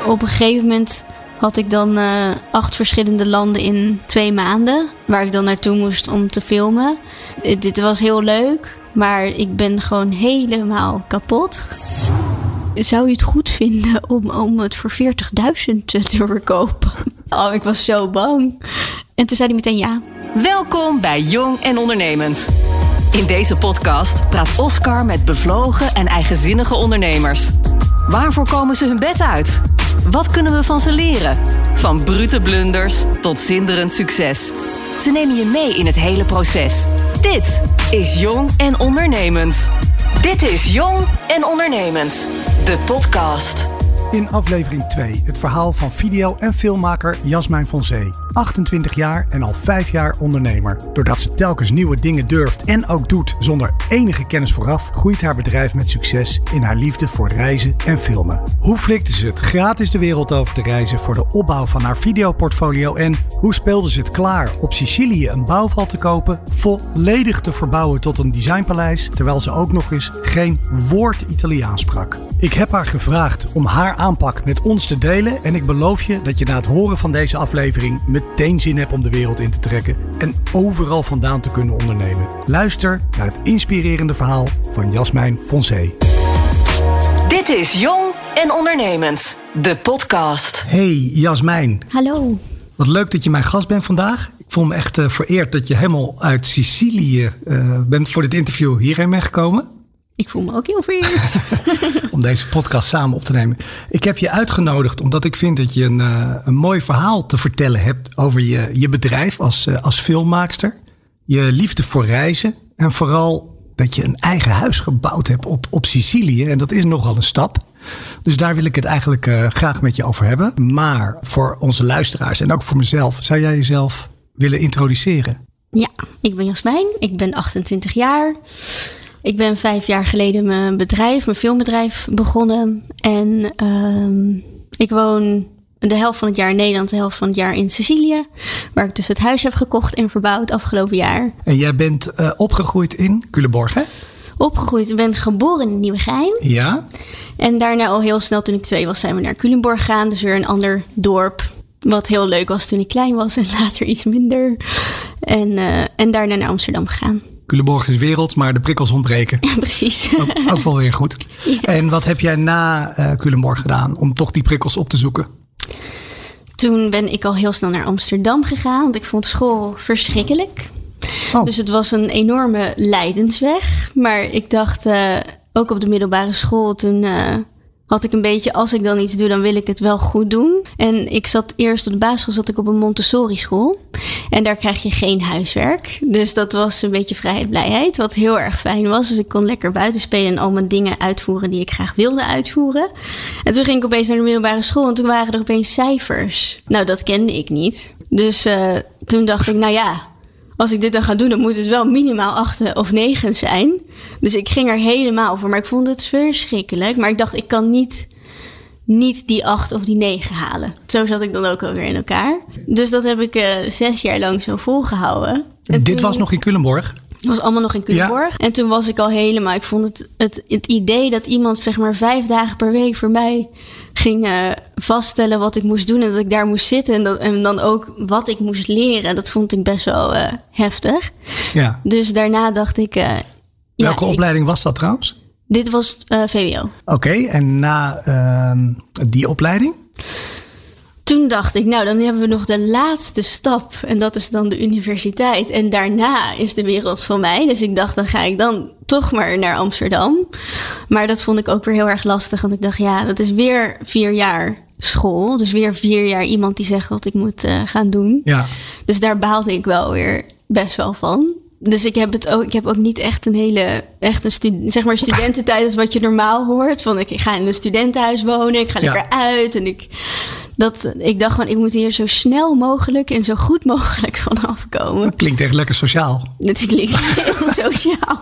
Op een gegeven moment had ik dan 8 verschillende landen in 2 maanden. Waar ik dan naartoe moest om te filmen. Dit was heel leuk, maar ik ben gewoon helemaal kapot. Zou je het goed vinden om het voor 40.000 te verkopen? Oh, ik was zo bang. En toen zei hij meteen ja. Welkom bij Jong en Ondernemend. In deze podcast praat Oscar met bevlogen en eigenzinnige ondernemers. Waarvoor komen ze hun bed uit? Wat kunnen we van ze leren? Van brute blunders tot zinderend succes. Ze nemen je mee in het hele proces. Dit is Jong en Ondernemend. Dit is Jong en Ondernemend, de podcast. In aflevering 2 het verhaal van video- en filmmaker Jasmijn van Zee. 28 jaar en al 5 jaar ondernemer. Doordat ze telkens nieuwe dingen durft en ook doet zonder enige kennis vooraf, groeit haar bedrijf met succes in haar liefde voor reizen en filmen. Hoe flikte ze het gratis de wereld over te reizen voor de opbouw van haar videoportfolio en hoe speelde ze het klaar op Sicilië een bouwval te kopen, volledig te verbouwen tot een designpaleis, terwijl ze ook nog eens geen woord Italiaans sprak. Ik heb haar gevraagd om haar aanpak met ons te delen en ik beloof je dat je na het horen van deze aflevering meteen zin hebt om de wereld in te trekken en overal vandaan te kunnen ondernemen. Luister naar het inspirerende verhaal van Jasmijn van Zee. Dit is Jong en Ondernemend, de podcast. Hey Jasmijn. Hallo. Wat leuk dat je mijn gast bent vandaag. Ik voel me echt vereerd dat je helemaal uit Sicilië bent voor dit interview hierheen meegekomen. Ik voel me ook heel vereerd. Om deze podcast samen op te nemen. Ik heb je uitgenodigd omdat ik vind dat je een mooi verhaal te vertellen hebt over je bedrijf als filmmaakster. Je liefde voor reizen. En vooral dat je een eigen huis gebouwd hebt op Sicilië. En dat is nogal een stap. Dus daar wil ik het eigenlijk graag met je over hebben. Maar voor onze luisteraars en ook voor mezelf, zou jij jezelf willen introduceren? Ja, ik ben Jasmijn. Ik ben 28 jaar. Ik ben 5 jaar geleden mijn filmbedrijf begonnen. En ik woon de helft van het jaar in Nederland, de helft van het jaar in Sicilië. Waar ik dus het huis heb gekocht en verbouwd afgelopen jaar. En jij bent opgegroeid in Culemborg, hè? Opgegroeid. Ik ben geboren in Nieuwegein. Ja. En daarna al heel snel, toen ik 2 was, zijn we naar Culemborg gegaan. Dus weer een ander dorp. Wat heel leuk was toen ik klein was en later iets minder. En daarna naar Amsterdam gegaan. Culemborg is wereld, maar de prikkels ontbreken. Ja, precies. Ook wel weer goed. Ja. En wat heb jij na Culemborg gedaan om toch die prikkels op te zoeken? Toen ben ik al heel snel naar Amsterdam gegaan, want ik vond school verschrikkelijk. Oh. Dus het was een enorme lijdensweg. Maar ik dacht, ook op de middelbare school, toen had ik een beetje, als ik dan iets doe, dan wil ik het wel goed doen. En ik zat eerst op de basisschool, zat ik op een Montessori school. En daar krijg je geen huiswerk. Dus dat was een beetje vrijheid, blijheid, wat heel erg fijn was. Dus ik kon lekker buiten spelen en al mijn dingen uitvoeren die ik graag wilde uitvoeren. En toen ging ik opeens naar de middelbare school en toen waren er opeens cijfers. Nou, dat kende ik niet. Dus toen dacht ik, nou ja, als ik dit dan ga doen, dan moet het wel minimaal 8 of 9 zijn. Dus ik ging er helemaal voor. Maar ik vond het verschrikkelijk. Maar ik dacht, ik kan niet die 8 of die 9 halen. Zo zat ik dan ook alweer in elkaar. Dus dat heb ik 6 jaar lang zo volgehouden. En dit was nog in Culemborg? Het was allemaal nog in Culemborg. Ja. En toen was ik al helemaal... Ik vond het idee dat iemand zeg maar 5 dagen per week voor mij ging vaststellen wat ik moest doen. En dat ik daar moest zitten. En dan ook wat ik moest leren. Dat vond ik best wel heftig. Ja. Dus daarna dacht ik... Welke opleiding was dat trouwens? Dit was VWO. Oké, en na die opleiding? Toen dacht ik, nou dan hebben we nog de laatste stap. En dat is dan de universiteit. En daarna is de wereld van mij. Dus ik dacht, dan ga ik dan toch maar naar Amsterdam. Maar dat vond ik ook weer heel erg lastig. Want ik dacht, ja, dat is weer 4 jaar school. Dus weer 4 jaar iemand die zegt wat ik moet gaan doen. Ja. Dus daar baalde ik wel weer best wel van. Dus ik heb ook niet echt zeg maar studententijd als wat je normaal hoort. Van ik ga in een studentenhuis wonen, ik ga lekker uit. En ik dacht gewoon, ik moet hier zo snel mogelijk en zo goed mogelijk vanaf komen. Dat klinkt echt lekker sociaal. Het klinkt heel sociaal.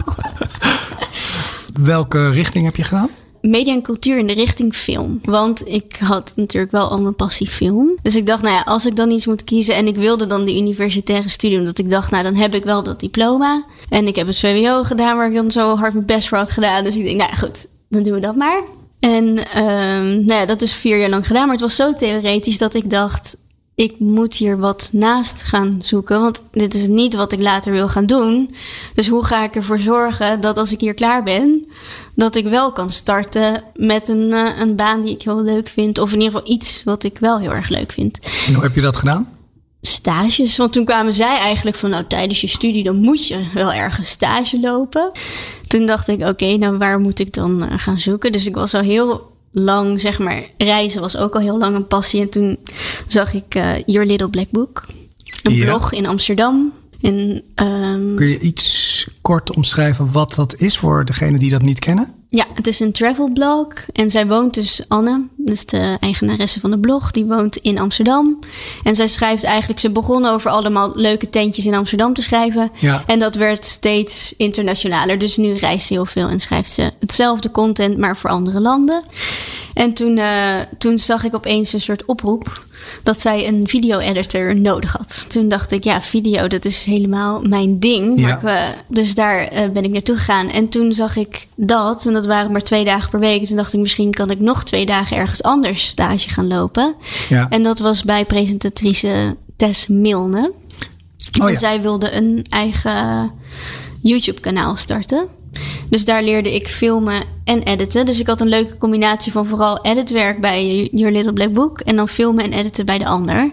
Welke richting heb je gedaan? Media en cultuur in de richting film. Want ik had natuurlijk wel al mijn passie film. Dus ik dacht, nou ja, als ik dan iets moet kiezen... en ik wilde dan de universitaire studie... omdat ik dacht, nou, dan heb ik wel dat diploma. En ik heb het VWO gedaan... waar ik dan zo hard mijn best voor had gedaan. Dus ik denk, nou ja, goed, dan doen we dat maar. En dat is 4 jaar lang gedaan. Maar het was zo theoretisch dat ik dacht, ik moet hier wat naast gaan zoeken. Want dit is niet wat ik later wil gaan doen. Dus hoe ga ik ervoor zorgen dat als ik hier klaar ben, dat ik wel kan starten met een baan die ik heel leuk vind. Of in ieder geval iets wat ik wel heel erg leuk vind. En hoe heb je dat gedaan? Stages. Want toen kwamen zij eigenlijk van, tijdens je studie, dan moet je wel ergens stage lopen. Toen dacht ik, oké, waar moet ik dan gaan zoeken? Dus ik was al heel lang, zeg maar, reizen was ook al heel lang een passie. En toen zag ik Your Little Black Book. Een blog in Amsterdam. En, kun je iets kort omschrijven wat dat is voor degenen die dat niet kennen? Ja, het is een travelblog. En zij woont dus, Anne, dus de eigenaresse van de blog, die woont in Amsterdam. En zij schrijft eigenlijk, ze begon over allemaal leuke tentjes in Amsterdam te schrijven. Ja. En dat werd steeds internationaler. Dus nu reist ze heel veel en schrijft ze hetzelfde content, maar voor andere landen. En toen zag ik opeens een soort oproep dat zij een video-editor nodig had. Toen dacht ik, video, dat is helemaal mijn ding. Ja. Dus daar ben ik naartoe gegaan. En toen zag ik dat, en dat waren maar 2 dagen per week. En toen dacht ik, misschien kan ik nog 2 dagen ergens anders stage gaan lopen. Ja. En dat was bij presentatrice Tess Milne. En zij wilde een eigen YouTube-kanaal starten. Dus daar leerde ik filmen en editen. Dus ik had een leuke combinatie van vooral editwerk bij Your Little Black Book en dan filmen en editen bij de ander.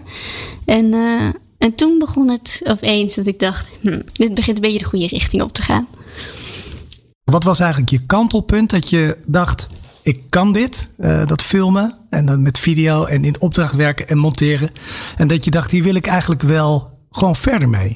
En toen begon het opeens dat ik dacht, dit begint een beetje de goede richting op te gaan. Wat was eigenlijk je kantelpunt dat je dacht, ik kan dit, dat filmen en dan met video en in opdracht werken en monteren. En dat je dacht, hier wil ik eigenlijk wel gewoon verder mee.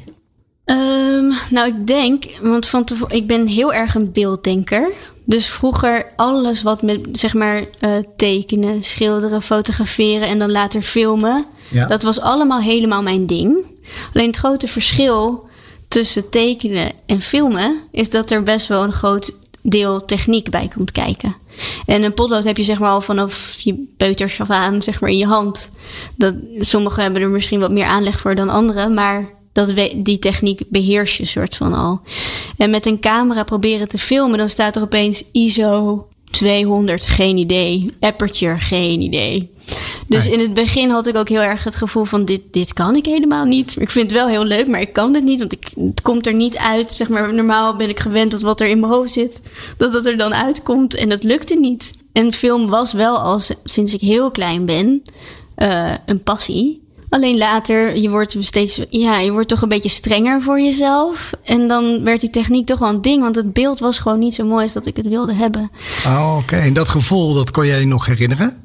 Ik denk, want ik ben heel erg een beelddenker. Dus vroeger alles wat met, zeg maar, tekenen, schilderen, fotograferen en dan later filmen. Ja. Dat was allemaal helemaal mijn ding. Alleen het grote verschil tussen tekenen en filmen is dat er best wel een groot deel techniek bij komt kijken. En een potlood heb je zeg maar al vanaf je peuters af aan, zeg maar in je hand. Sommigen hebben er misschien wat meer aanleg voor dan anderen, maar die techniek beheers je soort van al. En met een camera proberen te filmen, dan staat er opeens ISO 200, geen idee. Aperture, geen idee. Dus in het begin had ik ook heel erg het gevoel van dit kan ik helemaal niet. Ik vind het wel heel leuk, maar ik kan dit niet. Want het komt er niet uit. Zeg maar, normaal ben ik gewend tot wat er in mijn hoofd zit. Dat het er dan uitkomt en dat lukte niet. En film was wel al sinds ik heel klein ben een passie. Alleen later, je wordt toch een beetje strenger voor jezelf. En dan werd die techniek toch wel een ding. Want het beeld was gewoon niet zo mooi als dat ik het wilde hebben. Oh, oké. En dat gevoel, dat kon jij je nog herinneren?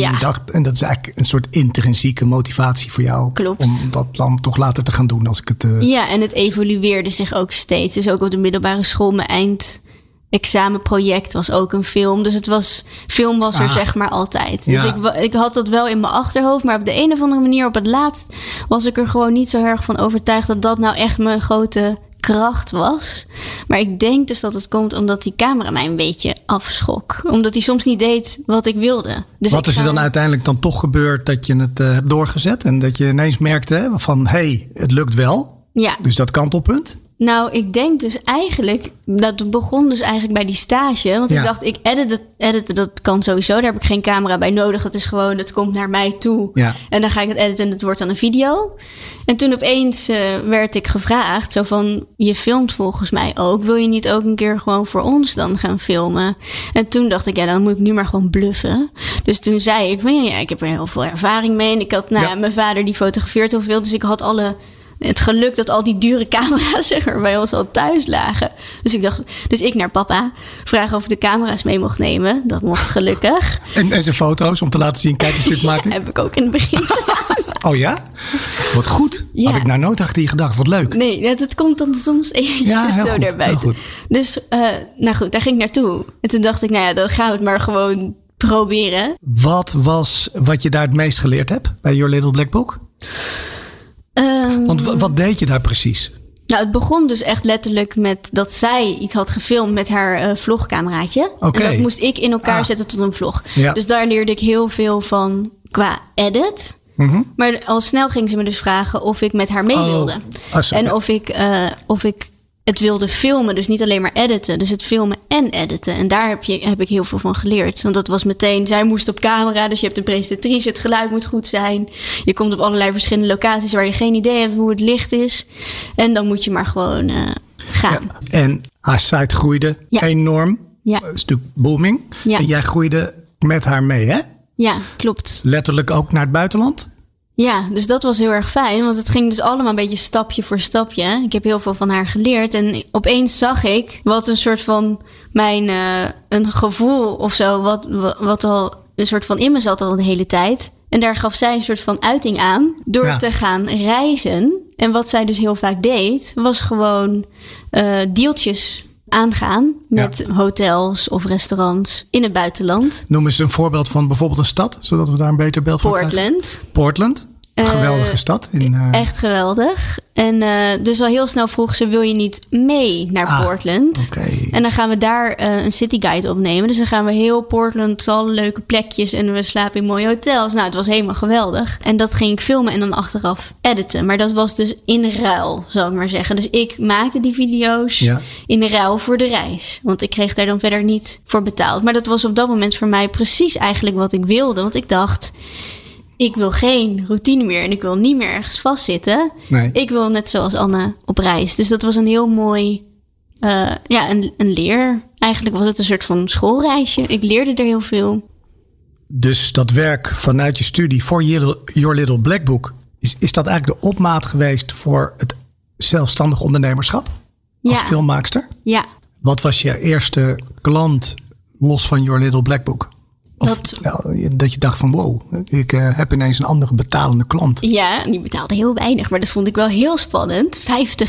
En dat is eigenlijk een soort intrinsieke motivatie voor jou. Klopt. Om dat dan toch later te gaan doen als ik het... Ja, en het evolueerde zich ook steeds. Dus ook op de middelbare school, mijn examenproject was ook een film. Dus film was er zeg maar altijd. Dus ik had dat wel in mijn achterhoofd. Maar op de een of andere manier op het laatst was ik er gewoon niet zo erg van overtuigd dat dat nou echt mijn grote kracht was. Maar ik denk dus dat het komt omdat die camera mij een beetje afschok. Omdat hij soms niet deed wat ik wilde. Dus wat is er dan uiteindelijk dan toch gebeurd dat je het hebt doorgezet? En dat je ineens merkte van, het lukt wel. Ja. Dus dat kantelpunt? Nou, ik denk dus eigenlijk, dat begon dus eigenlijk bij die stage. Want ik dacht, ik editen, dat kan sowieso. Daar heb ik geen camera bij nodig. Het is gewoon, het komt naar mij toe. Ja. En dan ga ik het editen en het wordt dan een video. En toen opeens werd ik gevraagd, zo van, je filmt volgens mij ook. Wil je niet ook een keer gewoon voor ons dan gaan filmen? En toen dacht ik, dan moet ik nu maar gewoon bluffen. Dus toen zei ik van, ik heb er heel veel ervaring mee. En ik had, mijn vader die fotografeert heel veel. Dus ik had het geluk dat al die dure camera's zeg maar, bij ons al thuis lagen. Dus ik naar papa vragen of ik de camera's mee mocht nemen. Dat mocht gelukkig. En zijn foto's om te laten zien, kijk eens dit maken. Heb ik ook in het begin gedaan. Oh ja? Wat goed. Ja. Had ik nou nooit achter je gedacht. Wat leuk. Nee, het komt dan soms eventjes zo naar buiten. Dus daar ging ik naartoe. En toen dacht ik, dan gaan we het maar gewoon proberen. Wat was wat je daar het meest geleerd hebt bij Your Little Black Book? Want wat deed je daar precies? Nou, het begon dus echt letterlijk met dat zij iets had gefilmd met haar vlogcameraatje. Okay. En dat moest ik in elkaar zetten tot een vlog. Ja. Dus daar leerde ik heel veel van qua edit. Mm-hmm. Maar al snel ging ze me dus vragen of ik met haar mee wilde. En of ik het wilde filmen, dus niet alleen maar editen. Dus het filmen en editen. En daar heb ik heel veel van geleerd. Want dat was meteen, zij moest op camera, dus je hebt een presentatrice, het geluid moet goed zijn. Je komt op allerlei verschillende locaties waar je geen idee hebt hoe het licht is. En dan moet je maar gewoon gaan. Ja, en haar site groeide enorm. Ja. Een stuk booming. Ja. En jij groeide met haar mee, hè? Ja, klopt. Letterlijk ook naar het buitenland? Ja, dus dat was heel erg fijn. Want het ging dus allemaal een beetje stapje voor stapje. Ik heb heel veel van haar geleerd. En opeens zag ik wat een soort van een gevoel of zo. Wat al een soort van in me zat al de hele tijd. En daar gaf zij een soort van uiting aan. Door te gaan reizen. En wat zij dus heel vaak deed, was gewoon deeltjes aangaan met hotels of restaurants in het buitenland. Noem eens een voorbeeld van bijvoorbeeld een stad, zodat we daar een beter beeld van krijgen. Portland. Een geweldige stad. Echt geweldig. En dus al heel snel vroeg ze, wil je niet mee naar Portland? Okay. En dan gaan we daar een cityguide opnemen. Dus dan gaan we heel Portland, alle leuke plekjes en we slapen in mooie hotels. Nou, het was helemaal geweldig. En dat ging ik filmen en dan achteraf editen. Maar dat was dus in ruil, zal ik maar zeggen. Dus ik maakte die video's in ruil voor de reis. Want ik kreeg daar dan verder niet voor betaald. Maar dat was op dat moment voor mij precies eigenlijk wat ik wilde. Want ik dacht, ik wil geen routine meer en ik wil niet meer ergens vastzitten. Nee. Ik wil net zoals Anne op reis. Dus dat was een heel mooi, een leer. Eigenlijk was het een soort van schoolreisje. Ik leerde er heel veel. Dus dat werk vanuit je studie voor Your Little Black Book, is dat eigenlijk de opmaat geweest voor het zelfstandig ondernemerschap als filmmaakster? Ja. Wat was je eerste klant los van Your Little Black Book? Dat je dacht van wow, ik heb ineens een andere betalende klant. Ja, die betaalde heel weinig, maar dat vond ik wel heel spannend. €50.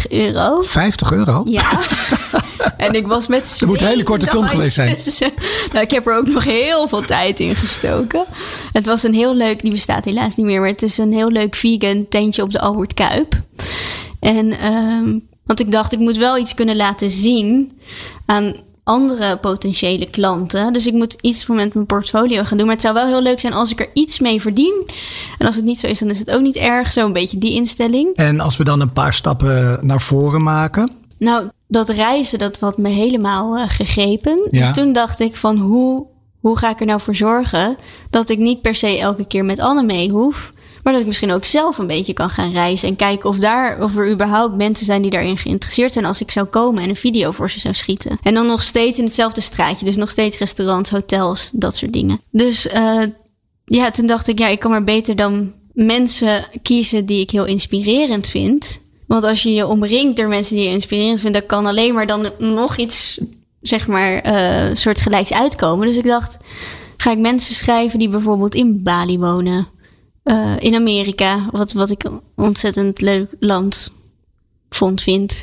€50? Ja. En ik was met Het moet een hele korte film geweest zijn. Nou, ik heb er ook nog heel veel tijd in gestoken. Het was een heel leuk, die bestaat helaas niet meer, maar het is een heel leuk vegan tentje op de Albert Kuip. En want ik dacht, ik moet wel iets kunnen laten zien aan andere potentiële klanten. Dus ik moet iets met mijn portfolio gaan doen. Maar het zou wel heel leuk zijn als ik er iets mee verdien. En als het niet zo is, dan is het ook niet erg. Zo een beetje die instelling. En als we dan een paar stappen naar voren maken? Nou, dat reizen, dat had me helemaal gegrepen. Ja. Dus toen dacht ik van hoe ga ik er nou voor zorgen dat ik niet per se elke keer met Anne mee hoef, maar dat ik misschien ook zelf een beetje kan gaan reizen en kijken of er überhaupt mensen zijn die daarin geïnteresseerd zijn als ik zou komen en een video voor ze zou schieten. En dan nog steeds in hetzelfde straatje. Dus nog steeds restaurants, hotels, dat soort dingen. Dus toen dacht ik, ik kan maar beter dan mensen kiezen die ik heel inspirerend vind. Want als je je omringt door mensen die je inspirerend vindt, dan kan alleen maar dan nog iets, zeg maar, soortgelijks uitkomen. Dus ik dacht, ga ik mensen schrijven die bijvoorbeeld in Bali wonen? In Amerika, wat ik een ontzettend leuk land vind.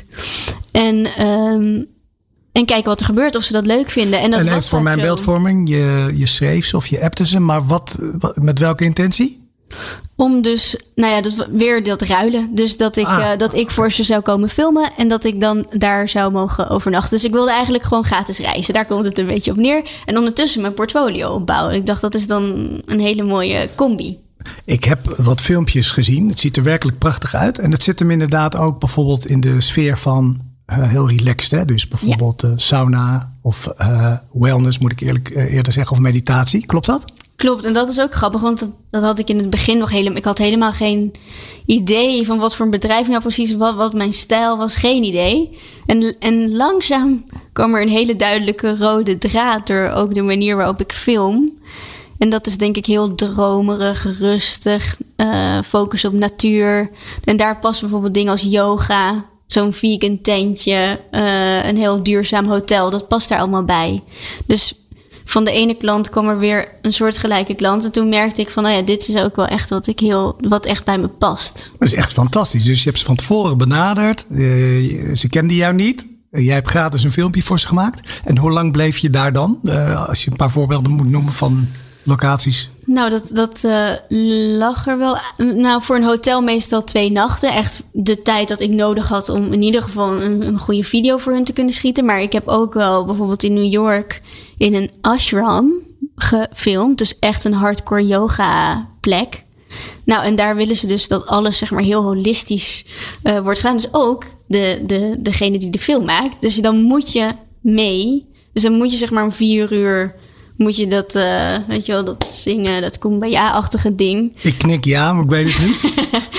En kijken wat er gebeurt, of ze dat leuk vinden. En heeft voor mijn beeldvorming, je schreef ze of je appte ze, maar met welke intentie? Om dus, weer dat ruilen. Dus dat ik voor ze zou komen filmen en dat ik dan daar zou mogen overnachten. Dus ik wilde eigenlijk gewoon gratis reizen. Daar komt het een beetje op neer. En ondertussen mijn portfolio opbouwen. Ik dacht, dat is dan een hele mooie combi. Ik heb wat filmpjes gezien. Het ziet er werkelijk prachtig uit. En het zit hem inderdaad ook bijvoorbeeld in de sfeer van heel relaxed. Hè? Dus bijvoorbeeld sauna of wellness, moet ik eerder zeggen, of meditatie. Klopt dat? Klopt, en dat is ook grappig, want dat had ik in het begin nog helemaal. Ik had helemaal geen idee van wat voor een bedrijf nou precies wat mijn stijl was. Geen idee. En langzaam kwam er een hele duidelijke rode draad door ook de manier waarop ik film. En dat is denk ik heel dromerig, rustig, focus op natuur. En daar past bijvoorbeeld dingen als yoga, zo'n vegan tentje, een heel duurzaam hotel. Dat past daar allemaal bij. Dus van de ene klant kwam er weer een soortgelijke klant. En toen merkte ik van, dit is ook wel echt wat echt bij me past. Dat is echt fantastisch. Dus je hebt ze van tevoren benaderd. Ze kenden jou niet. Jij hebt gratis een filmpje voor ze gemaakt. En hoe lang bleef je daar dan? Als je een paar voorbeelden moet noemen van locaties. Nou, dat lag er wel. Nou, voor een hotel meestal 2 nachten. Echt de tijd dat ik nodig had om in ieder geval een goede video voor hun te kunnen schieten. Maar ik heb ook wel bijvoorbeeld in New York in een ashram gefilmd. Dus echt een hardcore yoga plek. Nou, en daar willen ze dus dat alles zeg maar heel holistisch wordt gedaan. Dus ook degene die de film maakt. Dus dan moet je mee. Dus dan moet je zeg maar om 4 uur... moet je dat, weet je wel, dat zingen, dat Kumbaya-achtige ding. Ik knik ja, maar ik weet het niet.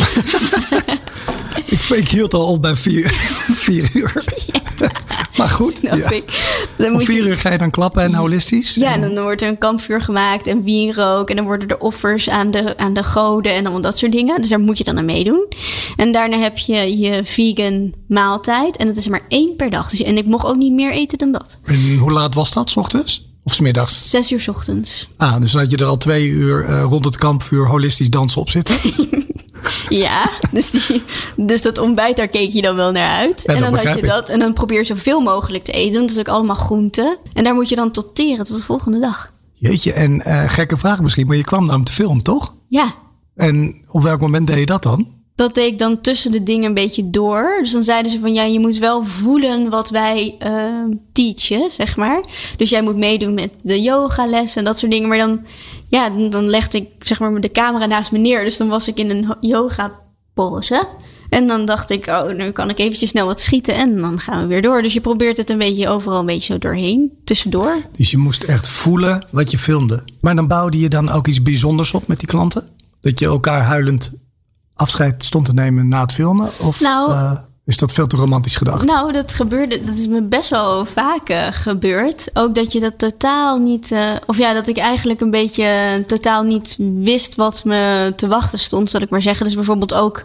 ik hield al op bij 4 uur. Ja, maar goed. Ja. Om 4 uur ga je dan klappen en holistisch? Ja, en dan wordt er een kampvuur gemaakt en wierook. En dan worden er offers aan de goden en allemaal dat soort dingen. Dus daar moet je dan aan meedoen. En daarna heb je je vegan maaltijd. En dat is er maar 1 per dag. Dus, en ik mocht ook niet meer eten dan dat. En hoe laat was dat, 's ochtends? Of 's middags? 6 uur 's ochtends. Dus dan had je er al 2 uur rond het kampvuur holistisch dansen op zitten? Ja, dus dat ontbijt, daar keek je dan wel naar uit. Ja, en dan had je dat. En dan probeer je zoveel mogelijk te eten. Dat is ook allemaal groenten. En daar moet je dan tot teren tot de volgende dag. Jeetje, en gekke vraag misschien, maar je kwam naar om te filmen, toch? Ja. En op welk moment deed je dat dan? Dat deed ik dan tussen de dingen een beetje door. Dus dan zeiden ze van ja, je moet wel voelen wat wij teachen, zeg maar. Dus jij moet meedoen met de yogales en dat soort dingen. Maar dan legde ik zeg maar de camera naast me neer. Dus dan was ik in een yoga pose. En dan dacht ik, nu kan ik eventjes snel wat schieten en dan gaan we weer door. Dus je probeert het een beetje overal een beetje zo doorheen, tussendoor. Dus je moest echt voelen wat je filmde. Maar dan bouwde je dan ook iets bijzonders op met die klanten? Dat je elkaar huilend afscheid stond te nemen na het filmen? Of is dat veel te romantisch gedacht? Nou, dat is me best wel vaak gebeurd. Ook dat je dat totaal niet... dat ik eigenlijk een beetje totaal niet wist wat me te wachten stond, zal ik maar zeggen. Dus bijvoorbeeld ook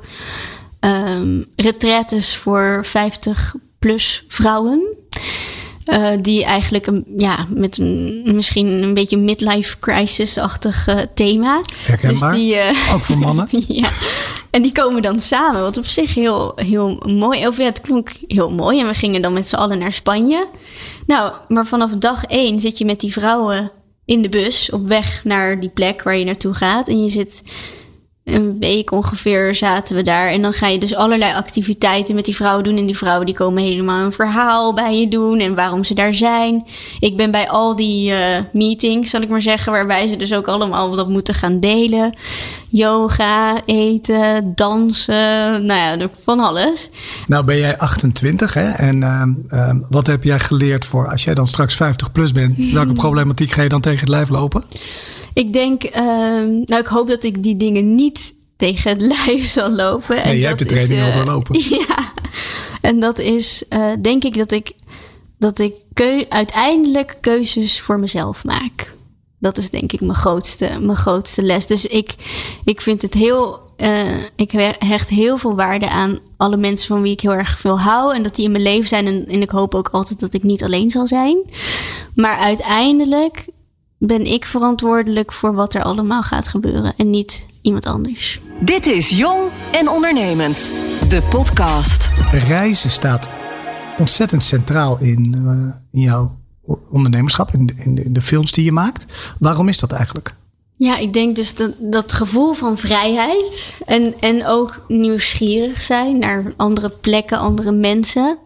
retraites voor 50-plus vrouwen. Die eigenlijk met misschien een beetje midlife crisis-achtig thema. Herkenbaar, dus ook voor mannen. Ja, en die komen dan samen, wat op zich heel, heel mooi. Of het klonk heel mooi. En we gingen dan met z'n allen naar Spanje. Nou, maar vanaf dag 1 zit je met die vrouwen in de bus op weg naar die plek waar je naartoe gaat. En je zit... Een week ongeveer zaten we daar. En dan ga je dus allerlei activiteiten met die vrouwen doen. En die vrouwen die komen helemaal een verhaal bij je doen. En waarom ze daar zijn. Ik ben bij al die meetings, zal ik maar zeggen. Waarbij ze dus ook allemaal dat moeten gaan delen. Yoga, eten, dansen. Nou ja, van alles. Nou ben jij 28 hè? En wat heb jij geleerd voor als jij dan straks 50 plus bent? Welke problematiek ga je dan tegen het lijf lopen? Ik denk, ik hoop dat ik die dingen niet tegen het lijf zal lopen. Nee, jij hebt de training al doorlopen. Ja, en dat is denk ik dat ik uiteindelijk keuzes voor mezelf maak. Dat is denk ik mijn grootste les. Dus ik vind het ik hecht heel veel waarde aan alle mensen van wie ik heel erg veel hou. En dat die in mijn leven zijn. En ik hoop ook altijd dat ik niet alleen zal zijn. Maar uiteindelijk ben ik verantwoordelijk voor wat er allemaal gaat gebeuren en niet iemand anders. Dit is Jong en Ondernemend, de podcast. Reizen staat ontzettend centraal in jouw ondernemerschap, in de films die je maakt. Waarom is dat eigenlijk? Ja, ik denk dus dat gevoel van vrijheid en ook nieuwsgierig zijn naar andere plekken, andere mensen.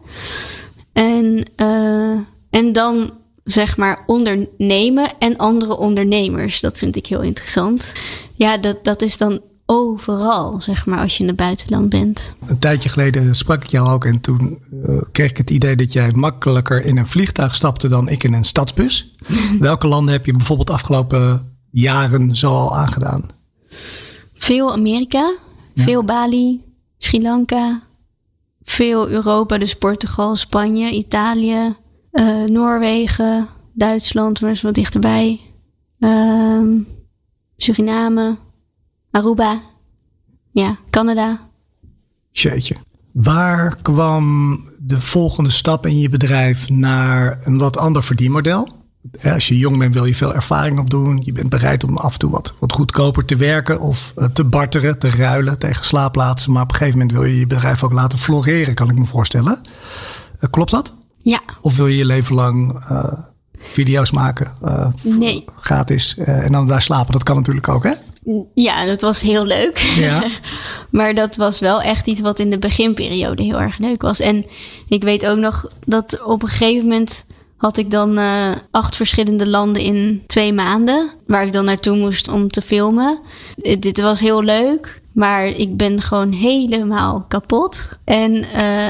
En dan zeg maar ondernemen en andere ondernemers. Dat vind ik heel interessant. Ja, dat is dan overal, zeg maar, als je in het buitenland bent. Een tijdje geleden sprak ik jou ook en toen kreeg ik het idee dat jij makkelijker in een vliegtuig stapte dan ik in een stadsbus. Welke landen heb je bijvoorbeeld afgelopen jaren zo al aangedaan? Veel Amerika, veel Bali, Sri Lanka, veel Europa, dus Portugal, Spanje, Italië, Noorwegen, Duitsland, maar is wat dichterbij. Suriname, Aruba, Canada. Jeetje. Waar kwam de volgende stap in je bedrijf naar een wat ander verdienmodel? Als je jong bent wil je veel ervaring opdoen. Je bent bereid om af en toe wat goedkoper te werken of te barteren, te ruilen tegen slaapplaatsen. Maar op een gegeven moment wil je je bedrijf ook laten floreren, kan ik me voorstellen. Klopt dat? Ja. Of wil je je leven lang video's maken? Nee. Gratis. En dan daar slapen. Dat kan natuurlijk ook, hè? Ja, dat was heel leuk. Ja. Maar dat was wel echt iets wat in de beginperiode heel erg leuk was. En ik weet ook nog dat op een gegeven moment had ik dan 8 verschillende landen in 2 maanden. Waar ik dan naartoe moest om te filmen. Dit was heel leuk. Maar ik ben gewoon helemaal kapot. En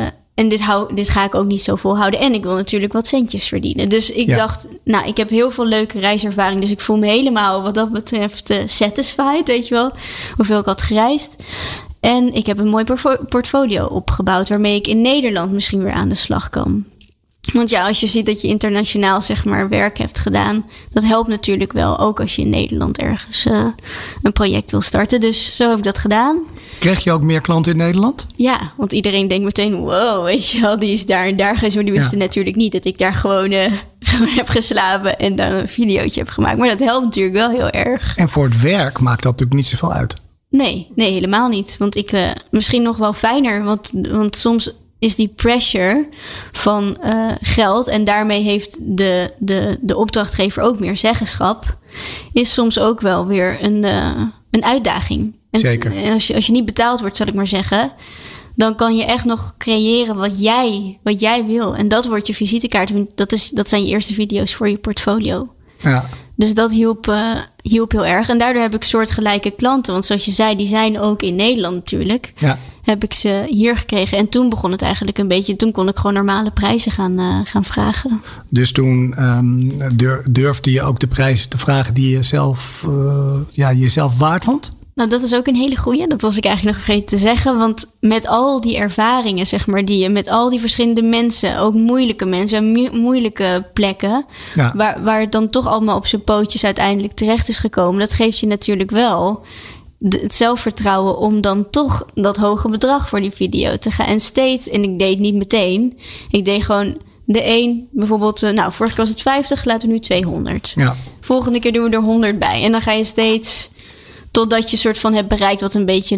dit ga ik ook niet zo volhouden. En ik wil natuurlijk wat centjes verdienen. Dus ik dacht, nou, ik heb heel veel leuke reiservaring. Dus ik voel me helemaal wat dat betreft satisfied, weet je wel. Hoeveel ik had gereisd. En ik heb een mooi portfolio opgebouwd. Waarmee ik in Nederland misschien weer aan de slag kan. Want ja, als je ziet dat je internationaal zeg maar werk hebt gedaan. Dat helpt natuurlijk wel. Ook als je in Nederland ergens een project wil starten. Dus zo heb ik dat gedaan. Kreeg je ook meer klanten in Nederland? Ja, want iedereen denkt meteen, wow, weet je wel, die is daar en daar geweest. Maar die wisten natuurlijk niet dat ik daar gewoon heb geslapen en dan een videootje heb gemaakt. Maar dat helpt natuurlijk wel heel erg. En voor het werk maakt dat natuurlijk niet zoveel uit. Nee, helemaal niet. Want ik misschien nog wel fijner. Want soms is die pressure van geld en daarmee heeft de opdrachtgever ook meer zeggenschap. Is soms ook wel weer een uitdaging. En zeker. En als je niet betaald wordt, zal ik maar zeggen, dan kan je echt nog creëren wat jij wil. En dat wordt je visitekaart. Dat zijn je eerste video's voor je portfolio. Ja. Dus dat hielp heel erg. En daardoor heb ik soortgelijke klanten. Want zoals je zei, die zijn ook in Nederland natuurlijk. Ja. Heb ik ze hier gekregen. En toen begon het eigenlijk een beetje. Toen kon ik gewoon normale prijzen gaan vragen. Dus toen durfde je ook de prijzen te vragen die je jezelf waard vond? Nou, dat is ook een hele goeie. Dat was ik eigenlijk nog vergeten te zeggen. Want met al die ervaringen, zeg maar, die je met al die verschillende mensen, ook moeilijke mensen, moeilijke plekken, waar het dan toch allemaal op zijn pootjes uiteindelijk terecht is gekomen, dat geeft je natuurlijk wel het zelfvertrouwen om dan toch dat hoge bedrag voor die video te gaan. En steeds, en ik deed niet meteen, ik deed gewoon bijvoorbeeld, vorige keer was het 50, laten we nu 200. Ja. Volgende keer doen we er 100 bij. En dan ga je steeds totdat je soort van hebt bereikt wat een beetje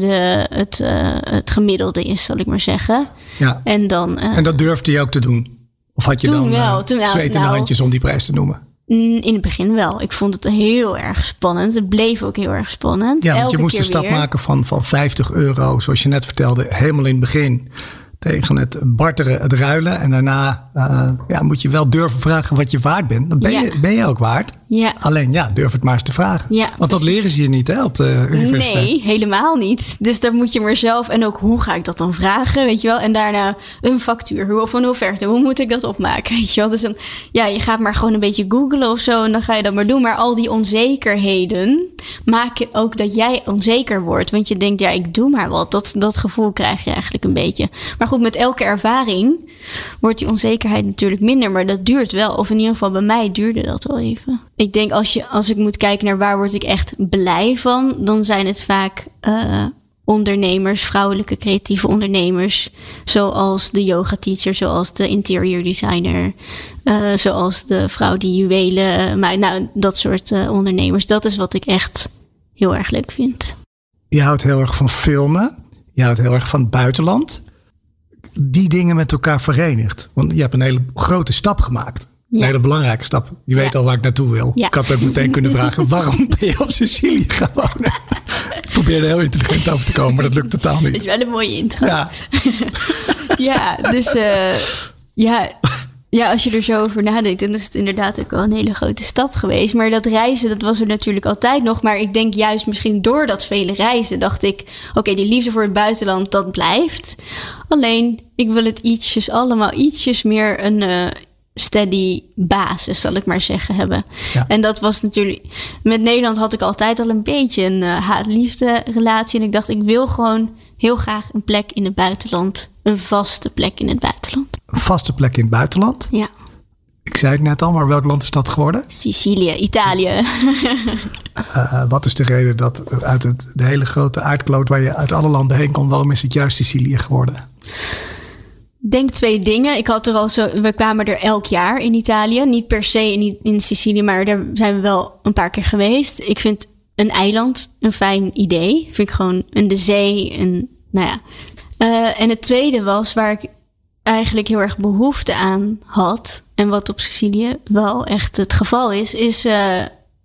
het gemiddelde is, zal ik maar zeggen. Ja. En dat durfde je ook te doen? Of had je dan zweet in de handjes om die prijs te noemen? In het begin wel. Ik vond het heel erg spannend. Het bleef ook heel erg spannend. Ja, want je moest de stap maken van €50, zoals je net vertelde, helemaal in het begin, tegen het barteren, het ruilen. En daarna moet je wel durven vragen wat je waard bent. Dan ben je ook waard. Ja. Alleen durf het maar eens te vragen. Ja, want dat leren ze je niet op de universiteit. Nee, helemaal niet. Dus daar moet je maar zelf. En ook hoe ga ik dat dan vragen, weet je wel. En daarna een factuur of een offerte. Hoe moet ik dat opmaken, weet je wel. Dus je gaat maar gewoon een beetje googlen of zo. En dan ga je dat maar doen. Maar al die onzekerheden maken ook dat jij onzeker wordt. Want je denkt, ik doe maar wat. Dat gevoel krijg je eigenlijk een beetje. Maar goed, met elke ervaring wordt die onzekerheid natuurlijk minder. Maar dat duurt wel. Of in ieder geval bij mij duurde dat wel even. Ik denk als ik moet kijken naar waar word ik echt blij van, dan zijn het vaak ondernemers, vrouwelijke creatieve ondernemers. Zoals de yoga teacher, zoals de interior designer, zoals de vrouw die juwelen maakt. Nou, dat soort ondernemers. Dat is wat ik echt heel erg leuk vind. Je houdt heel erg van filmen. Je houdt heel erg van het buitenland. Die dingen met elkaar verenigd. Want je hebt een hele grote stap gemaakt. Een hele belangrijke stap. Je weet al waar ik naartoe wil. Ja. Ik had ook meteen kunnen vragen, waarom ben je op Sicilië gaan wonen? Ik probeerde heel intelligent over te komen, maar dat lukt totaal niet. Dat is wel een mooie intro. Ja, dus als je er zo over nadenkt, dan is het inderdaad ook wel een hele grote stap geweest. Maar dat reizen, dat was er natuurlijk altijd nog. Maar ik denk juist misschien door dat vele reizen dacht ik, oké, die liefde voor het buitenland, dat blijft. Alleen, ik wil het allemaal ietsjes meer een steady basis, zal ik maar zeggen, hebben. Ja. En dat was natuurlijk, met Nederland had ik altijd al een beetje een haat-liefde relatie. En ik dacht, ik wil gewoon heel graag een plek in het buitenland. Een vaste plek in het buitenland. Een vaste plek in het buitenland? Ja. Ik zei het net al, maar welk land is dat geworden? Sicilië, Italië. Wat is de reden dat uit de hele grote aardkloot waar je uit alle landen heen kon, waarom is het juist Sicilië geworden? Ik denk 2 dingen. We kwamen er elk jaar in Italië. Niet per se in Sicilië, maar daar zijn we wel een paar keer geweest. Ik vind een eiland een fijn idee. Vind ik gewoon de zee. En het tweede was waar ik eigenlijk heel erg behoefte aan had. En wat op Sicilië wel echt het geval is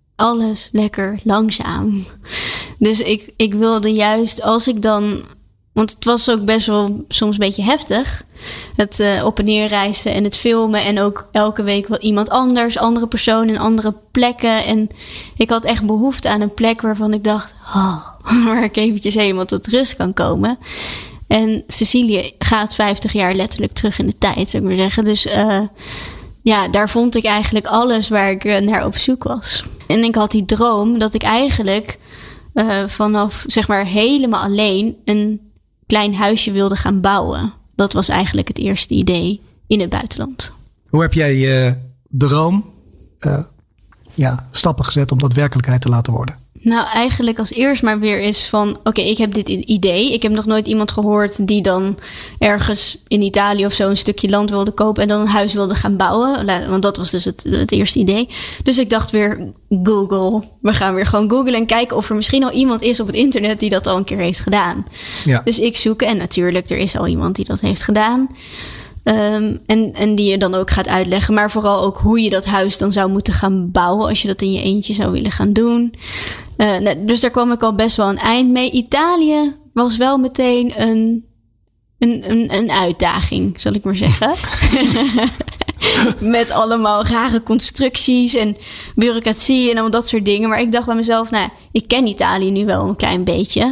alles lekker langzaam. Dus ik wilde juist, als ik dan Want het was ook best wel soms een beetje heftig. Het op en neer reizen en het filmen. En ook elke week wel iemand anders, andere personen en andere plekken. En ik had echt behoefte aan een plek waarvan ik dacht... waar ik eventjes helemaal tot rust kan komen. En Sicilië gaat 50 jaar letterlijk terug in de tijd, zou ik maar zeggen. Dus daar vond ik eigenlijk alles waar ik naar op zoek was. En ik had die droom dat ik eigenlijk vanaf, zeg maar, helemaal alleen een klein huisje wilde gaan bouwen. Dat was eigenlijk het eerste idee in het buitenland. Hoe heb jij je droom stappen gezet om dat werkelijkheid te laten worden? Nou, eigenlijk als eerst maar weer is van... Oké, ik heb dit idee. Ik heb nog nooit iemand gehoord die dan ergens in Italië of zo een stukje land wilde kopen en dan een huis wilde gaan bouwen. Want dat was dus het eerste idee. Dus ik dacht weer, Google. We gaan weer gewoon googlen en kijken of er misschien al iemand is op het internet die dat al een keer heeft gedaan. Ja. Dus ik zoek en natuurlijk, er is al iemand die dat heeft gedaan. En die je dan ook gaat uitleggen. Maar vooral ook hoe je dat huis dan zou moeten gaan bouwen als je dat in je eentje zou willen gaan doen. Dus daar kwam ik al best wel een eind mee. Italië was wel meteen een uitdaging, zal ik maar zeggen. Met allemaal rare constructies en bureaucratie en al dat soort dingen. Maar ik dacht bij mezelf, ik ken Italië nu wel een klein beetje.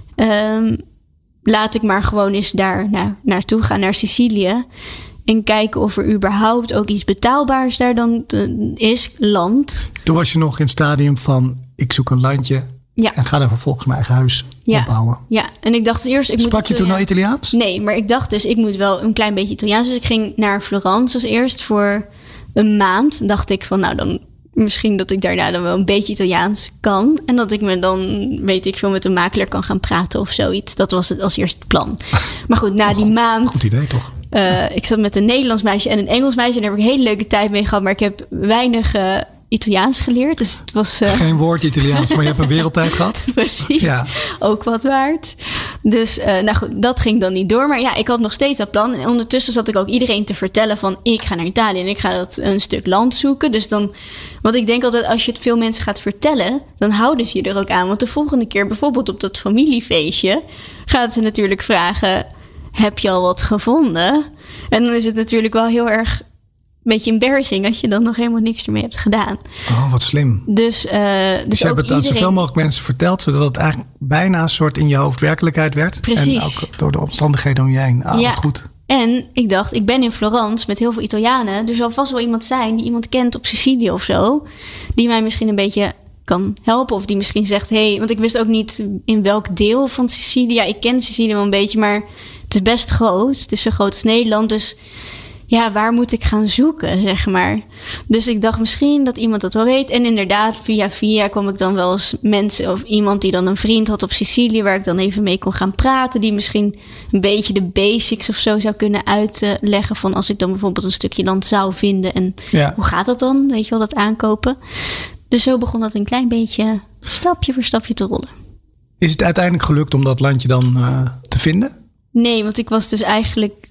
Laat ik maar gewoon eens daar naartoe gaan, naar Sicilië. En kijken of er überhaupt ook iets betaalbaars daar dan is, land. Toen was je nog in het stadium van, ik zoek een landje en ga daar vervolgens mijn eigen huis opbouwen. Ja, en ik dacht eerst... Sprak je toen al Italiaans? Nee, maar ik dacht dus, ik moet wel een klein beetje Italiaans. Dus ik ging naar Florence als eerst voor een maand. Dacht ik van, dan... Misschien dat ik daarna dan wel een beetje Italiaans kan. En dat ik me dan, weet ik veel, met een makelaar kan gaan praten of zoiets. Dat was het als eerste plan. Maar goed, na die maand... Goed idee, toch? Ik zat met een Nederlands meisje en een Engels meisje. En daar heb ik een hele leuke tijd mee gehad. Maar ik heb weinig Italiaans geleerd. Dus het was... Geen woord Italiaans, maar je hebt een wereldtijd gehad. Precies, ja. Ook wat waard. Dus goed, dat ging dan niet door. Maar ik had nog steeds dat plan. En ondertussen zat ik ook iedereen te vertellen van... ik ga naar Italië en ik ga dat een stuk land zoeken. Dus dan... Want ik denk altijd, als je het veel mensen gaat vertellen... dan houden ze je er ook aan. Want de volgende keer, bijvoorbeeld op dat familiefeestje... gaan ze natuurlijk vragen... heb je al wat gevonden? En dan is het natuurlijk wel heel erg... een beetje embarrassing als je dan nog helemaal niks ermee hebt gedaan. Oh, wat slim. Dus je hebt het aan zoveel mogelijk mensen verteld... zodat het eigenlijk bijna een soort in je hoofd werkelijkheid werd. Precies. En ook door de omstandigheden om je heen. Wat goed. En ik dacht, ik ben in Florence met heel veel Italianen. Er zal vast wel iemand zijn die iemand kent op Sicilië of zo. Die mij misschien een beetje kan helpen. Of die misschien zegt, want ik wist ook niet in welk deel van Sicilië. Ja, ik ken Sicilië wel een beetje, maar het is best groot. Het is zo groot als Nederland, dus... ja, waar moet ik gaan zoeken, zeg maar. Dus ik dacht misschien dat iemand dat wel weet. En inderdaad, via kwam ik dan wel eens mensen... of iemand die dan een vriend had op Sicilië... waar ik dan even mee kon gaan praten... die misschien een beetje de basics of zo zou kunnen uitleggen... van als ik dan bijvoorbeeld een stukje land zou vinden... en hoe gaat dat dan, weet je wel, dat aankopen. Dus zo begon dat een klein beetje stapje voor stapje te rollen. Is het uiteindelijk gelukt om dat landje dan te vinden? Nee, want ik was dus eigenlijk...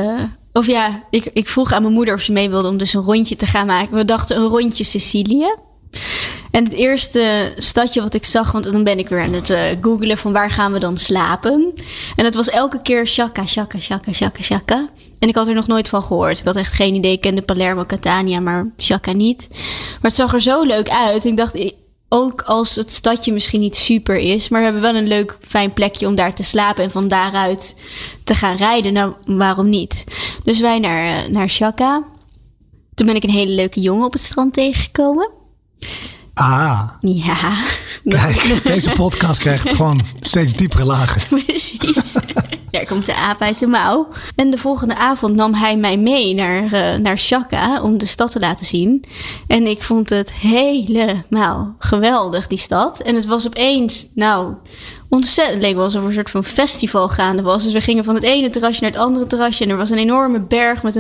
ik vroeg aan mijn moeder of ze mee wilde om dus een rondje te gaan maken. We dachten een rondje Sicilië. En het eerste stadje wat ik zag, want dan ben ik weer aan het googlen van waar gaan we dan slapen. En het was elke keer Sciacca. En ik had er nog nooit van gehoord. Ik had echt geen idee. Ik kende Palermo, Catania, maar Sciacca niet. Maar het zag er zo leuk uit. Ik dacht, ook als het stadje misschien niet super is... maar we hebben wel een leuk, fijn plekje om daar te slapen... en van daaruit te gaan rijden. Nou, waarom niet? Dus wij naar Sciacca. Toen ben ik een hele leuke jongen op het strand tegengekomen. Ah. Ja. Kijk, deze podcast krijgt gewoon steeds diepere lagen. Precies. Daar komt de aap uit de mouw. En de volgende avond nam hij mij mee naar Sciacca om de stad te laten zien. En ik vond het helemaal geweldig, die stad. En het was opeens, ontzettend, leek wel alsof er een soort van festival gaande was. Dus we gingen van het ene terrasje naar het andere terrasje. En er was een enorme berg met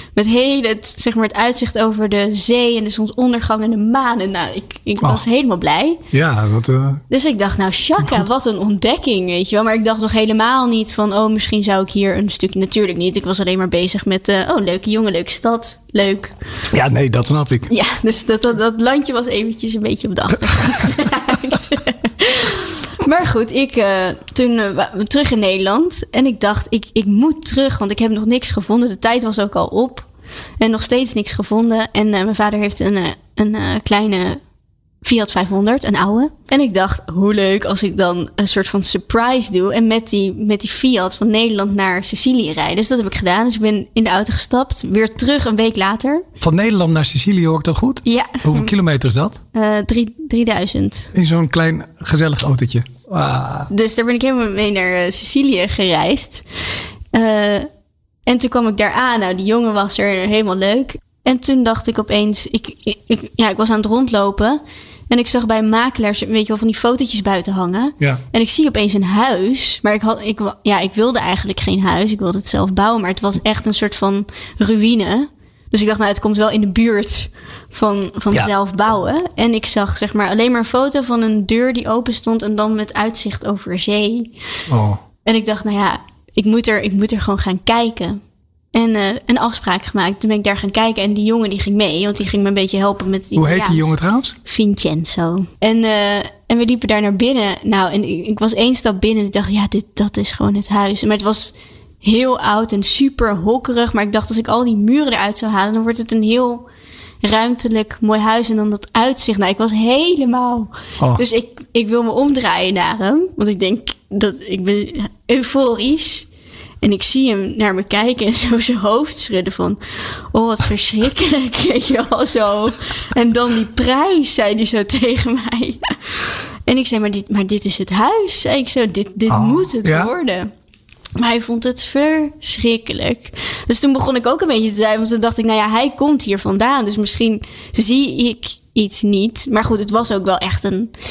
het uitzicht over de zee en de zonsondergang en de maan. En ik was helemaal blij. Ja, dus ik dacht, Sciacca, wat een ontdekking, weet je wel. Maar ik dacht nog helemaal niet van, misschien zou ik hier een stukje... Natuurlijk niet, ik was alleen maar bezig met, leuke jongen, leuke stad, leuk. Ja, nee, dat snap ik. Ja, dus dat landje was eventjes een beetje op de achtergrond geraakt. Maar goed, toen terug in Nederland. En ik dacht, ik moet terug, want ik heb nog niks gevonden. De tijd was ook al op. En nog steeds niks gevonden. En mijn vader heeft een kleine Fiat 500, een oude. En ik dacht, hoe leuk als ik dan een soort van surprise doe. En met die Fiat van Nederland naar Sicilië rijden. Dus dat heb ik gedaan. Dus ik ben in de auto gestapt. Weer terug een week later. Van Nederland naar Sicilië, hoor ik dat goed? Ja. Hoeveel kilometer is dat? 3000. In zo'n klein gezellig autootje. Dus daar ben ik helemaal mee naar Sicilië gereisd. En toen kwam ik daar aan. Nou, die jongen was er, helemaal leuk. En toen dacht ik opeens... Ik was aan het rondlopen. En ik zag bij makelaars, weet je wel, van die fotootjes buiten hangen. Ja. En ik zie opeens een huis. Maar ik wilde eigenlijk geen huis. Ik wilde het zelf bouwen. Maar het was echt een soort van ruïne. Dus ik dacht, nou, het komt wel in de buurt van zelf bouwen. En ik zag, zeg maar, alleen maar een foto van een deur die open stond. En dan met uitzicht over zee. Oh. En ik dacht, nou ja, ik moet er gewoon gaan kijken. En een afspraak gemaakt. Toen ben ik daar gaan kijken. En die jongen die ging mee. Want die ging me een beetje helpen met die Hoe heet die jongen trouwens? Vincenzo. En we liepen daar naar binnen. Nou, en ik was 1 stap binnen. En ik dacht, ja, dat is gewoon het huis. Maar het was heel oud en super hokkerig. Maar ik dacht, als ik al die muren eruit zou halen, dan wordt het een heel ruimtelijk mooi huis. En dan dat uitzicht. Nou, ik was helemaal... Oh. Dus ik wil me omdraaien naar hem. Want ik denk, ik ben euforisch. En ik zie hem naar me kijken en zo zijn hoofd schudden van... Oh, wat verschrikkelijk, weet je wel, zo. En dan die prijs, zei hij zo tegen mij. En ik zei, maar dit is het huis. Zei ik zo, dit moet het worden. Maar hij vond het verschrikkelijk. Dus toen begon ik ook een beetje te zijn. Want toen dacht ik, nou ja, hij komt hier vandaan. Dus misschien zie ik iets niet. Maar goed, het was ook wel echt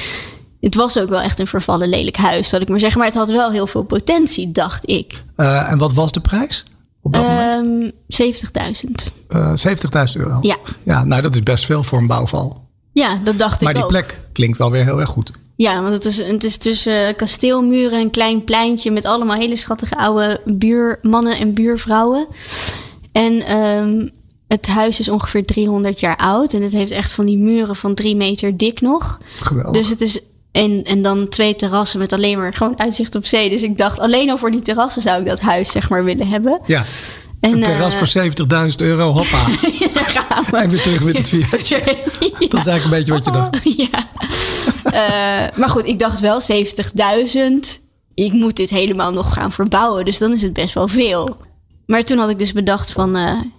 een vervallen lelijk huis, zal ik maar zeggen. Maar het had wel heel veel potentie, dacht ik. En wat was de prijs op dat moment? 70.000. €70.000? Ja. Ja, nou dat is best veel voor een bouwval. Ja, dat dacht ik ook. Maar die plek klinkt wel weer heel erg goed. Ja, want het is tussen kasteelmuren, een klein pleintje met allemaal hele schattige oude buurmannen en buurvrouwen. En het huis is ongeveer 300 jaar oud. En het heeft echt van die muren van 3 meter dik nog. Geweldig. Dus het is... En dan 2 terrassen met alleen maar gewoon uitzicht op zee. Dus ik dacht, alleen al voor die terrassen zou ik dat huis, zeg maar, willen hebben. Ja, een terras voor €70.000, hoppa. En weer terug met het Fiatje. Ja. Dat is eigenlijk een beetje wat je dacht. Ja. Maar goed, ik dacht wel 70.000. Ik moet dit helemaal nog gaan verbouwen. Dus dan is het best wel veel. Maar toen had ik dus bedacht van...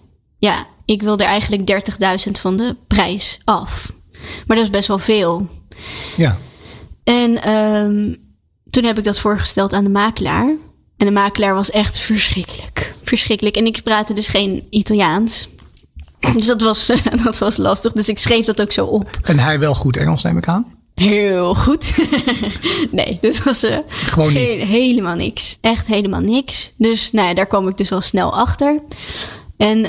ik wil er eigenlijk 30.000 van de prijs af. Maar dat is best wel veel. Ja. En toen heb ik dat voorgesteld aan de makelaar. En de makelaar was echt verschrikkelijk. Verschrikkelijk. En ik praatte dus geen Italiaans. Dus dat was lastig. Dus ik schreef dat ook zo op. En hij wel goed Engels, neem ik aan? Heel goed. Nee, dat was gewoon niet. Helemaal niks. Echt helemaal niks. Dus nou ja, daar kwam ik dus al snel achter. En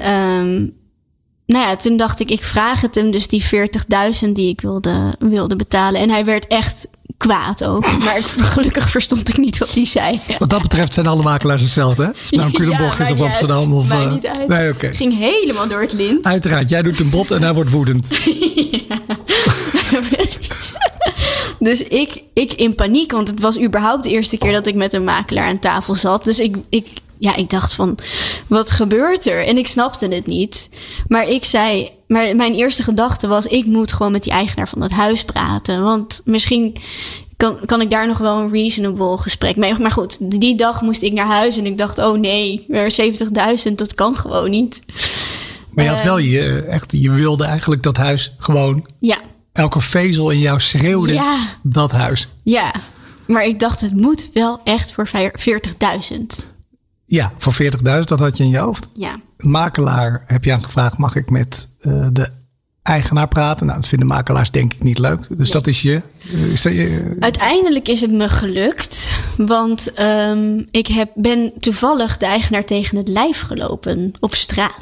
toen dacht ik vraag het hem dus die 40.000 die ik wilde betalen. En hij werd echt kwaad ook. Maar gelukkig verstond ik niet wat hij zei. Wat dat betreft zijn alle makelaars hetzelfde, hè? Of nou Culemborg is of Amsterdam. Of, niet uit. Nee, okay. Ging helemaal door het lint. Uiteraard, jij doet een bod en hij wordt woedend. Ja, precies. Dus ik in paniek, want het was überhaupt de eerste keer dat ik met een makelaar aan tafel zat. Dus ik dacht van, wat gebeurt er? En ik snapte het niet. Maar mijn eerste gedachte was, ik moet gewoon met die eigenaar van dat huis praten. Want misschien kan ik daar nog wel een reasonable gesprek mee. Maar goed, die dag moest ik naar huis en ik dacht, oh nee, 70.000, dat kan gewoon niet. Maar je had wel je wilde eigenlijk dat huis gewoon... Ja. Elke vezel in jou schreeuwde dat huis. Ja, maar ik dacht, het moet wel echt voor 40.000. Ja, voor 40.000, dat had je in je hoofd. Ja. Makelaar heb je aan gevraagd, mag ik met de eigenaar praten? Nou, dat vinden makelaars denk ik niet leuk. Dus nee. Dat is je... Uiteindelijk is het me gelukt. Want ik ben toevallig de eigenaar tegen het lijf gelopen op straat.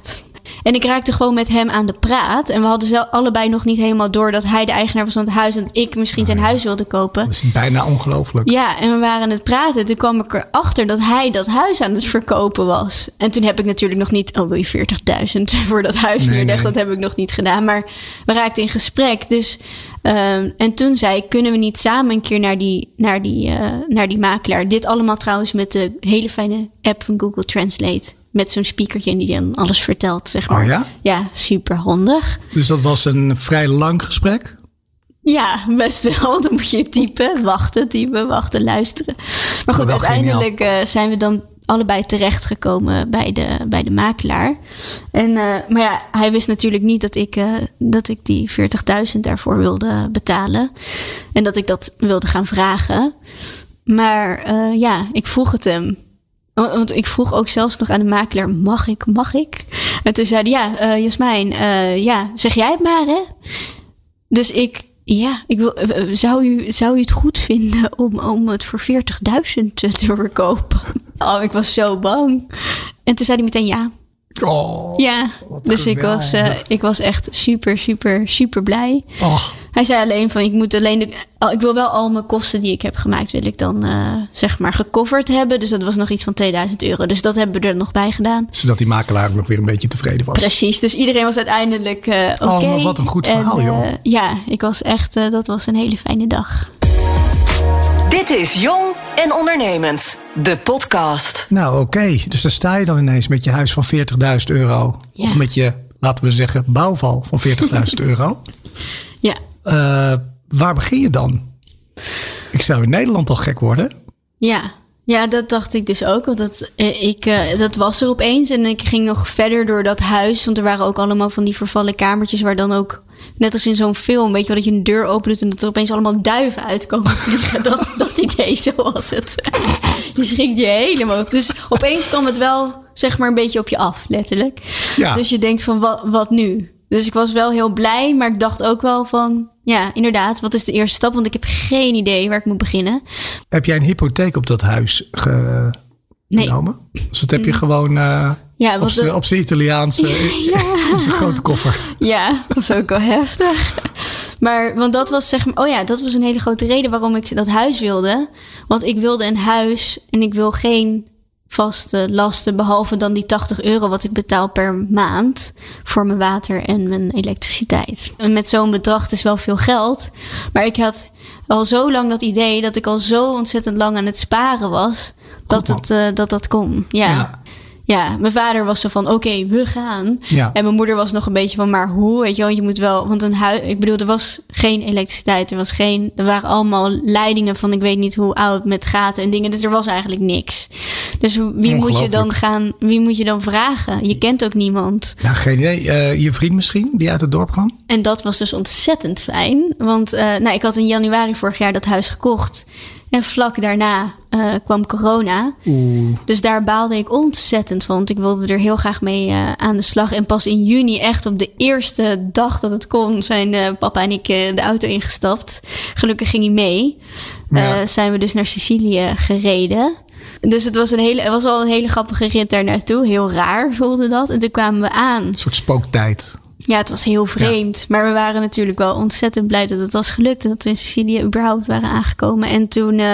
En ik raakte gewoon met hem aan de praat. En we hadden allebei nog niet helemaal door dat hij de eigenaar was van het huis. En dat ik misschien zijn huis wilde kopen. Dat is bijna ongelooflijk. Ja, en we waren aan het praten. Toen kwam ik erachter dat hij dat huis aan het verkopen was. En toen heb ik natuurlijk nog niet... wil je 40.000 voor dat huis neerleggen? Dat heb ik nog niet gedaan. Maar we raakten in gesprek. Dus... en toen zei ik, kunnen we niet samen een keer naar die makelaar? Dit allemaal trouwens met de hele fijne app van Google Translate. Met zo'n speakertje die dan alles vertelt, zeg maar. Oh ja? Ja, super handig. Dus dat was een vrij lang gesprek? Ja, best wel. Want dan moet je typen, wachten, luisteren. Maar goed, uiteindelijk zijn we dan allebei terechtgekomen bij de makelaar. En, maar ja, hij wist natuurlijk niet dat ik die 40.000 daarvoor wilde betalen. En dat ik dat wilde gaan vragen. Maar ik vroeg het hem. Want ik vroeg ook zelfs nog aan de makelaar, mag ik? En toen zei hij, Jasmijn, zeg jij het maar, hè? Dus zou u het goed vinden om het voor 40.000 te verkopen? Oh, ik was zo bang. En toen zei hij meteen ja. Oh, ja, dus ik was echt super, super, super blij. Oh. Hij zei alleen van, ik wil wel al mijn kosten die ik heb gemaakt, wil ik dan zeg maar gecoverd hebben. Dus dat was nog iets van €2000. Dus dat hebben we er nog bij gedaan. Zodat die makelaar ook nog weer een beetje tevreden was. Precies, dus iedereen was uiteindelijk oké. Oh, maar wat een goed verhaal, joh. Ja, ik was echt, dat was een hele fijne dag. Dit is Jong en Ondernemend, de podcast. Nou, oké. Dus daar sta je dan ineens met je huis van €40.000. Ja. Of met je, laten we zeggen, bouwval van €40.000. Ja. Waar begin je dan? Ik zou in Nederland toch gek worden? Ja, dat dacht ik dus ook. Want dat was er opeens. En ik ging nog verder door dat huis. Want er waren ook allemaal van die vervallen kamertjes waar dan ook... Net als in zo'n film, weet je wel, dat je een deur opent en dat er opeens allemaal duiven uitkomen vliegen. Dat idee, zo was het. Je schrikt je helemaal. Dus opeens kwam het wel, zeg maar, een beetje op je af, letterlijk. Ja. Dus je denkt van, wat nu? Dus ik was wel heel blij, maar ik dacht ook wel van... Ja, inderdaad, wat is de eerste stap? Want ik heb geen idee waar ik moet beginnen. Heb jij een hypotheek op dat huis genomen? Nee. Dus dat heb je gewoon... op zijn Italiaans in zijn grote koffer. Ja, dat is ook wel heftig. Maar, want dat was dat was een hele grote reden waarom ik dat huis wilde. Want ik wilde een huis en ik wil geen vaste lasten, behalve dan die €80 wat ik betaal per maand voor mijn water en mijn elektriciteit. En met zo'n bedrag is wel veel geld. Maar ik had al zo lang dat idee dat ik al zo ontzettend lang aan het sparen was, dat kon. Ja, mijn vader was zo van, oké, we gaan. Ja. En mijn moeder was nog een beetje van, maar hoe? Weet je wel, je moet wel... Want een huis... Ik bedoel, er was geen elektriciteit. Er waren allemaal leidingen van, ik weet niet hoe oud, met gaten en dingen. Dus er was eigenlijk niks. Dus wie moet je dan vragen? Je kent ook niemand. Nou, geen idee. Je vriend misschien, die uit het dorp kwam? En dat was dus ontzettend fijn. Want ik had in januari vorig jaar dat huis gekocht. En vlak daarna kwam corona. Dus daar baalde ik ontzettend van. Want ik wilde er heel graag mee aan de slag. En pas in juni, echt op de eerste dag dat het kon, zijn papa en ik de auto ingestapt. Gelukkig ging hij mee. Zijn we dus naar Sicilië gereden. Dus het was al een hele grappige rit daar naartoe. Heel raar voelde dat. En toen kwamen we aan. Een soort spooktijd. Ja, het was heel vreemd. Ja. Maar we waren natuurlijk wel ontzettend blij dat het was gelukt. En dat we in Sicilië überhaupt waren aangekomen. En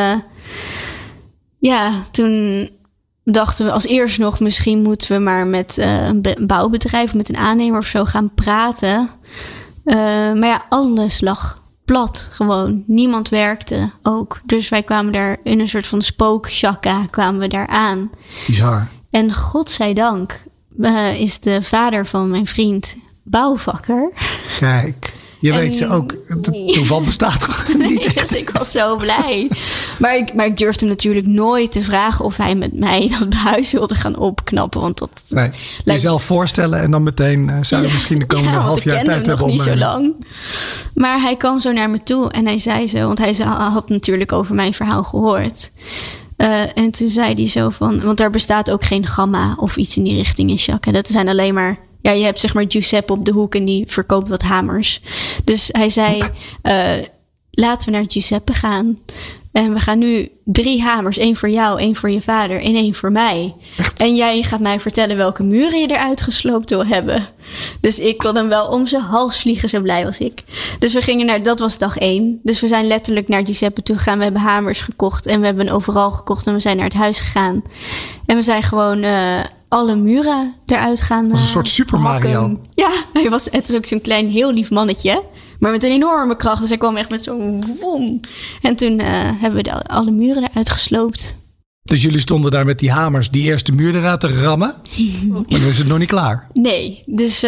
toen dachten we als eerst nog, misschien moeten we maar met een bouwbedrijf of met een aannemer of zo gaan praten. Maar ja, alles lag plat gewoon. Niemand werkte ook. Dus wij kwamen daar in een soort van spookchakka kwamen we daar aan. Bizar. En godzijdank is de vader van mijn vriend bouwvakker. Kijk, weet ze ook. Het toeval bestaat gewoon niet echt. Dus ik was zo blij. Maar ik durfde natuurlijk nooit te vragen of hij met mij dat huis wilde gaan opknappen. Want dat jezelf voorstellen en dan meteen zou je misschien de komende half jaar tijd hebben om... niet zo lang. Maar hij kwam zo naar me toe en hij zei zo, want hij had natuurlijk over mijn verhaal gehoord. En toen zei hij zo van, want daar bestaat ook geen gamma of iets in die richting in Sjaak. Dat zijn alleen maar... Ja, je hebt zeg maar Giuseppe op de hoek en die verkoopt wat hamers. Dus hij zei, laten we naar Giuseppe gaan. En we gaan nu 3 hamers. 1 voor jou, 1 voor je vader en 1 voor mij. Echt? En jij gaat mij vertellen welke muren je eruit gesloopt wil hebben. Dus ik kon hem wel om zijn hals vliegen, zo blij was ik. Dus we gingen dat was dag 1. Dus we zijn letterlijk naar Giuseppe toe gegaan. We hebben hamers gekocht en we hebben een overal gekocht. En we zijn naar het huis gegaan. En we zijn gewoon alle muren eruit gaan Dat is een soort Super Mario. Ja, het is ook zo'n klein, heel lief mannetje. Maar met een enorme kracht. Dus hij kwam echt met zo'n woem. En toen hebben we alle muren eruit gesloopt. Dus jullie stonden daar met die hamers die eerste muur eruit te rammen. Maar dan is het nog niet klaar. Nee, dus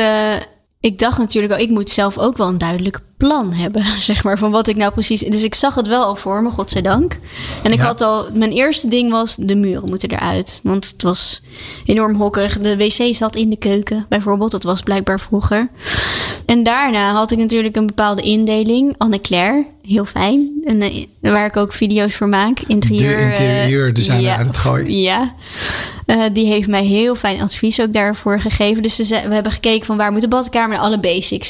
ik dacht natuurlijk al, ik moet zelf ook wel een duidelijk plan hebben, zeg maar, van wat ik nou precies... Dus ik zag het wel al voor me, godzijdank. En ik had al, mijn eerste ding was, de muren moeten eruit. Want het was enorm hokkig. De wc zat in de keuken, bijvoorbeeld. Dat was blijkbaar vroeger. En daarna had ik natuurlijk een bepaalde indeling. Anne-Claire, heel fijn. En, waar ik ook video's voor maak. Interieur. De interieur-designer uit het gooien. Ja. Die heeft mij heel fijn advies ook daarvoor gegeven. Dus we hebben gekeken van waar moet de badkamer, alle basics.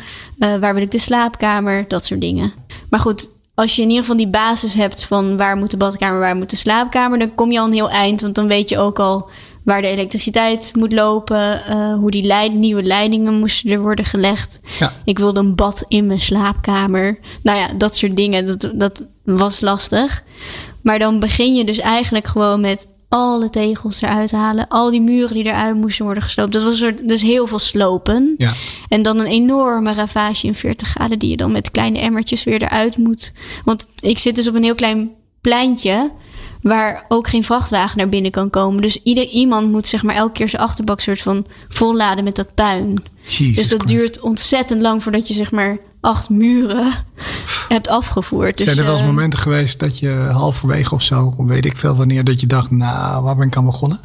Waar wil ik de slaapkamer, dat soort dingen. Maar goed, als je in ieder geval die basis hebt van waar moet de badkamer, waar moet de slaapkamer, dan kom je al een heel eind. Want dan weet je ook al waar de elektriciteit moet lopen, hoe die nieuwe leidingen moesten er worden gelegd. Ja. Ik wilde een bad in mijn slaapkamer. Nou ja, dat soort dingen, dat was lastig. Maar dan begin je dus eigenlijk gewoon met alle tegels eruit halen. Al die muren die eruit moesten worden gesloopt. Dat was dus heel veel slopen. Ja. En dan een enorme ravage in 40 graden die je dan met kleine emmertjes weer eruit moet. Want ik zit dus op een heel klein pleintje waar ook geen vrachtwagen naar binnen kan komen. Dus iemand moet zeg maar elke keer zijn achterbak soort van volladen met dat puin. Jesus dus dat Christ. duurt ontzettend lang voordat je zeg maar 8 muren hebt afgevoerd. Zijn er wel eens momenten geweest dat je halverwege of zo, weet ik veel wanneer, dat je dacht, nou, waar ben ik aan begonnen?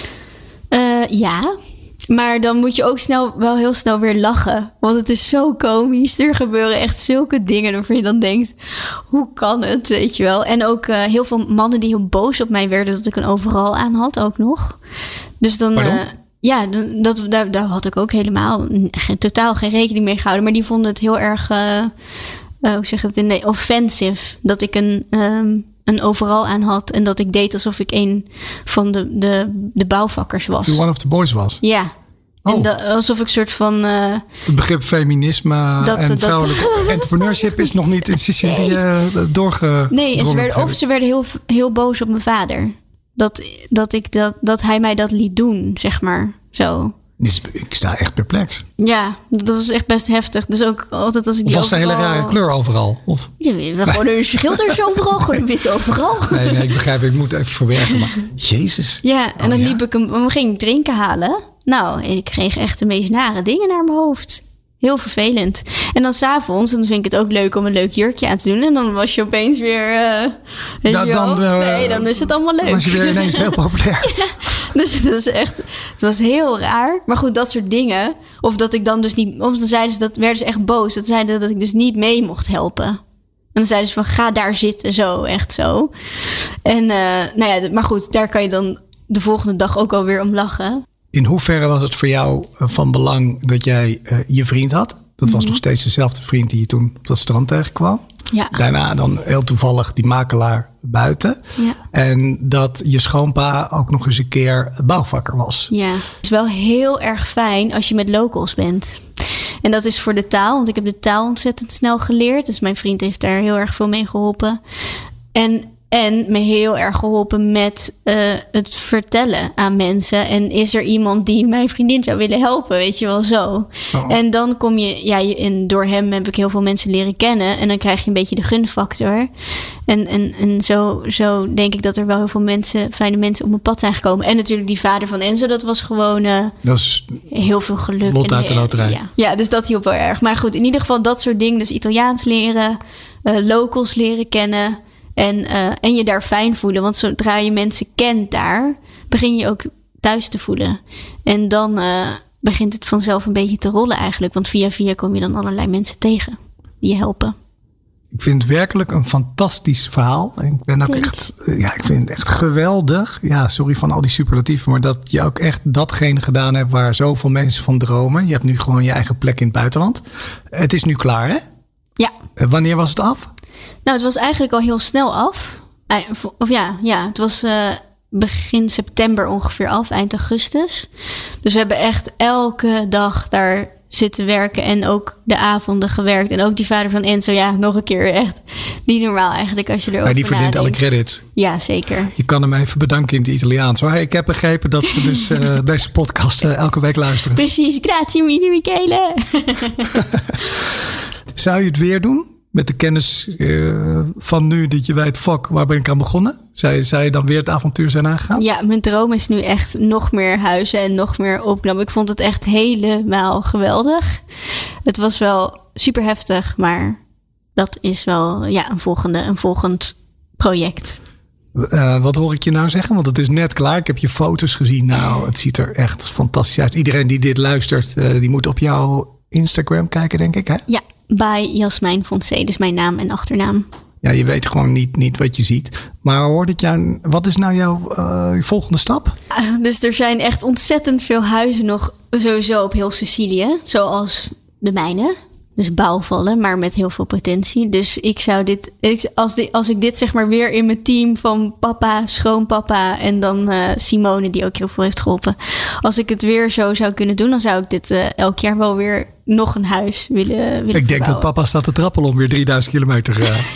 Ja, maar dan moet je ook wel heel snel weer lachen. Want het is zo komisch. Er gebeuren echt zulke dingen waarvan je dan denkt, hoe kan het, weet je wel. En ook heel veel mannen die heel boos op mij werden dat ik een overal aan had ook nog. Dus dan... Ja, daar had ik ook helemaal totaal geen rekening mee gehouden. Maar die vonden het heel erg, hoe zeg je het, offensive. Dat ik een overal aan had en dat ik deed alsof ik een van de bouwvakkers was. One of the boys was? Ja. Oh. En alsof ik soort van... het begrip feminisme en vrouwelijk entrepreneurship is nog niet in Sicilië doorgedrongen. Nee, en ze werden heel, heel boos op mijn vader. Dat hij mij dat liet doen, zeg maar. Zo. Ik sta echt perplex. Ja, dat was echt best heftig. Dus ook altijd als ik die was het een hele rare kleur overal? Of? Ja, gewoon een schilders overal, gewoon wit overal. Nee, ik begrijp, ik moet even verwerken. Maar Jezus. Ja, en dan liep ik hem, ging ik drinken halen. Nou, ik kreeg echt de meest nare dingen naar mijn hoofd. Heel vervelend. En dan 's avonds, dan vind ik het ook leuk om een leuk jurkje aan te doen. En dan was je opeens weer... dan is het allemaal leuk. Dan was je weer ineens heel populair. Ja, dus het was heel raar. Maar goed, dat soort dingen. Of dat ik dan dus niet... Of dan zeiden ze, werden ze echt boos. Dat zeiden dat ik dus niet mee mocht helpen. En dan zeiden ze van, ga daar zitten. Zo, echt zo. En maar goed, daar kan je dan de volgende dag ook alweer om lachen. In hoeverre was het voor jou van belang dat jij je vriend had? Dat was nog steeds dezelfde vriend die je toen op dat strand tegenkwam. Ja. Daarna dan heel toevallig die makelaar buiten. Ja. En dat je schoonpa ook nog eens een keer bouwvakker was. Ja, het is wel heel erg fijn als je met locals bent. En dat is voor de taal, want ik heb de taal ontzettend snel geleerd. Dus mijn vriend heeft daar heel erg veel mee geholpen. En me heel erg geholpen met het vertellen aan mensen. En is er iemand die mijn vriendin zou willen helpen, weet je wel zo. Oh. En dan kom je, en door hem heb ik heel veel mensen leren kennen. En dan krijg je een beetje de gunfactor. En zo denk ik dat er wel heel veel fijne mensen op mijn pad zijn gekomen. En natuurlijk die vader van Enzo, dat was gewoon dat is heel veel geluk. Lot uit de loterij. Ja, dus dat hielp wel erg. Maar goed, in ieder geval dat soort dingen. Dus Italiaans leren, locals leren kennen. En je daar fijn voelen. Want zodra je mensen kent daar, begin je ook thuis te voelen. En dan begint het vanzelf een beetje te rollen eigenlijk. Want via kom je dan allerlei mensen tegen die je helpen. Ik vind het werkelijk een fantastisch verhaal. Ik ben ook echt, ik vind het echt geweldig. Ja, sorry van al die superlatieven, maar dat je ook echt datgene gedaan hebt waar zoveel mensen van dromen. Je hebt nu gewoon je eigen plek in het buitenland. Het is nu klaar, hè? Ja. Wanneer was het af? Nou, het was eigenlijk al heel snel af. Het was begin september ongeveer af, eind augustus. Dus we hebben echt elke dag daar zitten werken en ook de avonden gewerkt. En ook die vader van Enzo, nog een keer, echt niet normaal eigenlijk als je erover nadenkt. Die verdient alle credits. Ja, zeker. Je kan hem even bedanken in het Italiaans. Hoor. Ik heb begrepen dat ze dus deze podcast elke week luisteren. Precies, grazie mille Michele. Zou je het weer doen? Met de kennis van nu dat je weet, waar ben ik aan begonnen? Zou je dan weer het avontuur zijn aangegaan? Ja, mijn droom is nu echt nog meer huizen en nog meer opknappen. Ik vond het echt helemaal geweldig. Het was wel super heftig, maar dat is wel een volgend project. Wat hoor ik je nou zeggen? Want het is net klaar. Ik heb je foto's gezien. Nou, het ziet er echt fantastisch uit. Iedereen die dit luistert, die moet op jouw Instagram kijken, denk ik, hè? Ja, bij Jasmijn Foncé, dus mijn naam en achternaam. Ja, je weet gewoon niet wat je ziet. Maar wat is nou jouw volgende stap? Dus er zijn echt ontzettend veel huizen nog sowieso op heel Sicilië. Zoals de mijne. Dus bouwvallen, maar met heel veel potentie. Dus ik zou als ik dit zeg maar weer in mijn team van papa, schoonpapa en dan Simone, die ook heel veel heeft geholpen. Als ik het weer zo zou kunnen doen, dan zou ik dit elk jaar wel weer nog een huis willen Ik denk dat papa staat te trappelen om weer 3000 kilometer.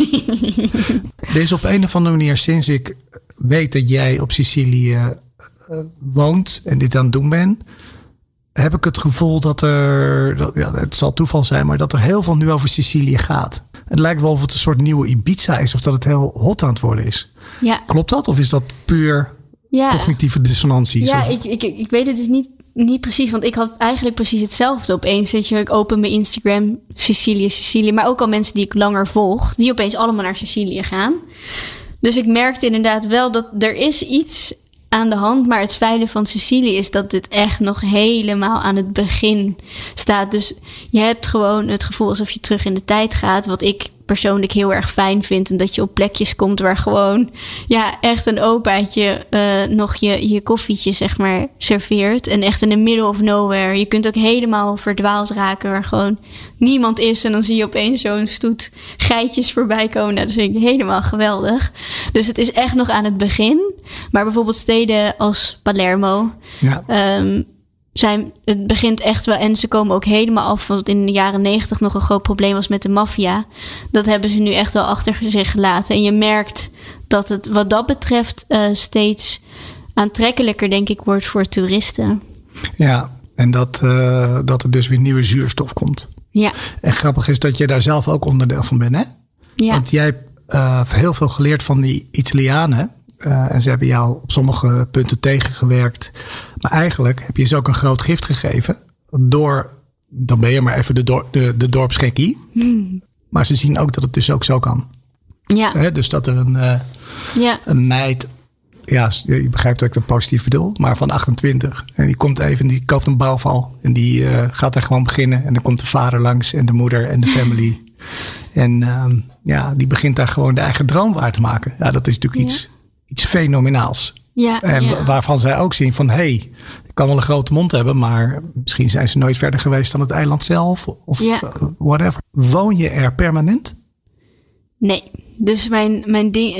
Dit is op een of andere manier, sinds ik weet dat jij op Sicilië woont en dit aan het doen bent, heb ik het gevoel het zal toeval zijn, maar dat er heel veel nu over Sicilië gaat. Het lijkt wel of het een soort nieuwe Ibiza is of dat het heel hot aan het worden is. Ja. Klopt dat? Of is dat puur cognitieve dissonantie? Ja, ik weet het dus niet precies, want ik had eigenlijk precies hetzelfde. Opeens ik open mijn Instagram, Sicilië, maar ook al mensen die ik langer volg, die opeens allemaal naar Sicilië gaan. Dus ik merkte inderdaad wel dat er is iets aan de hand, maar het fijne van Sicilië is dat dit echt nog helemaal aan het begin staat. Dus je hebt gewoon het gevoel alsof je terug in de tijd gaat, wat ik persoonlijk heel erg fijn vind. En dat je op plekjes komt waar gewoon echt een opaatje nog je koffietje zeg maar serveert. En echt in the middle of nowhere. Je kunt ook helemaal verdwaald raken waar gewoon niemand is. En dan zie je opeens zo'n stoet geitjes voorbij komen. Nou, dat vind ik helemaal geweldig. Dus het is echt nog aan het begin. Maar bijvoorbeeld steden als Palermo. Ja. Het begint echt wel, en ze komen ook helemaal af, wat in de jaren 90 nog een groot probleem was met de maffia. Dat hebben ze nu echt wel achter zich gelaten. En je merkt dat het wat dat betreft steeds aantrekkelijker, denk ik, wordt voor toeristen. Ja, en dat er dus weer nieuwe zuurstof komt. Ja. En grappig is dat je daar zelf ook onderdeel van bent, hè? Ja. Want jij hebt heel veel geleerd van die Italianen. En ze hebben jou op sommige punten tegengewerkt. Maar eigenlijk heb je ze ook een groot gift gegeven. Dan ben je maar even de dorpsgekkie. Maar ze zien ook dat het dus ook zo kan. Ja. Dus dat er een meid, je begrijpt dat ik dat positief bedoel, maar van 28. En die komt even, die koopt een bouwval. En die gaat daar gewoon beginnen. En dan komt de vader langs en de moeder en de family. En die begint daar gewoon de eigen droom waar te maken. Ja, dat is natuurlijk iets fenomenaals. Ja, en waarvan zij ook zien van, ik kan wel een grote mond hebben, maar misschien zijn ze nooit verder geweest dan het eiland zelf of whatever. Woon je er permanent? Nee. Dus mijn ding,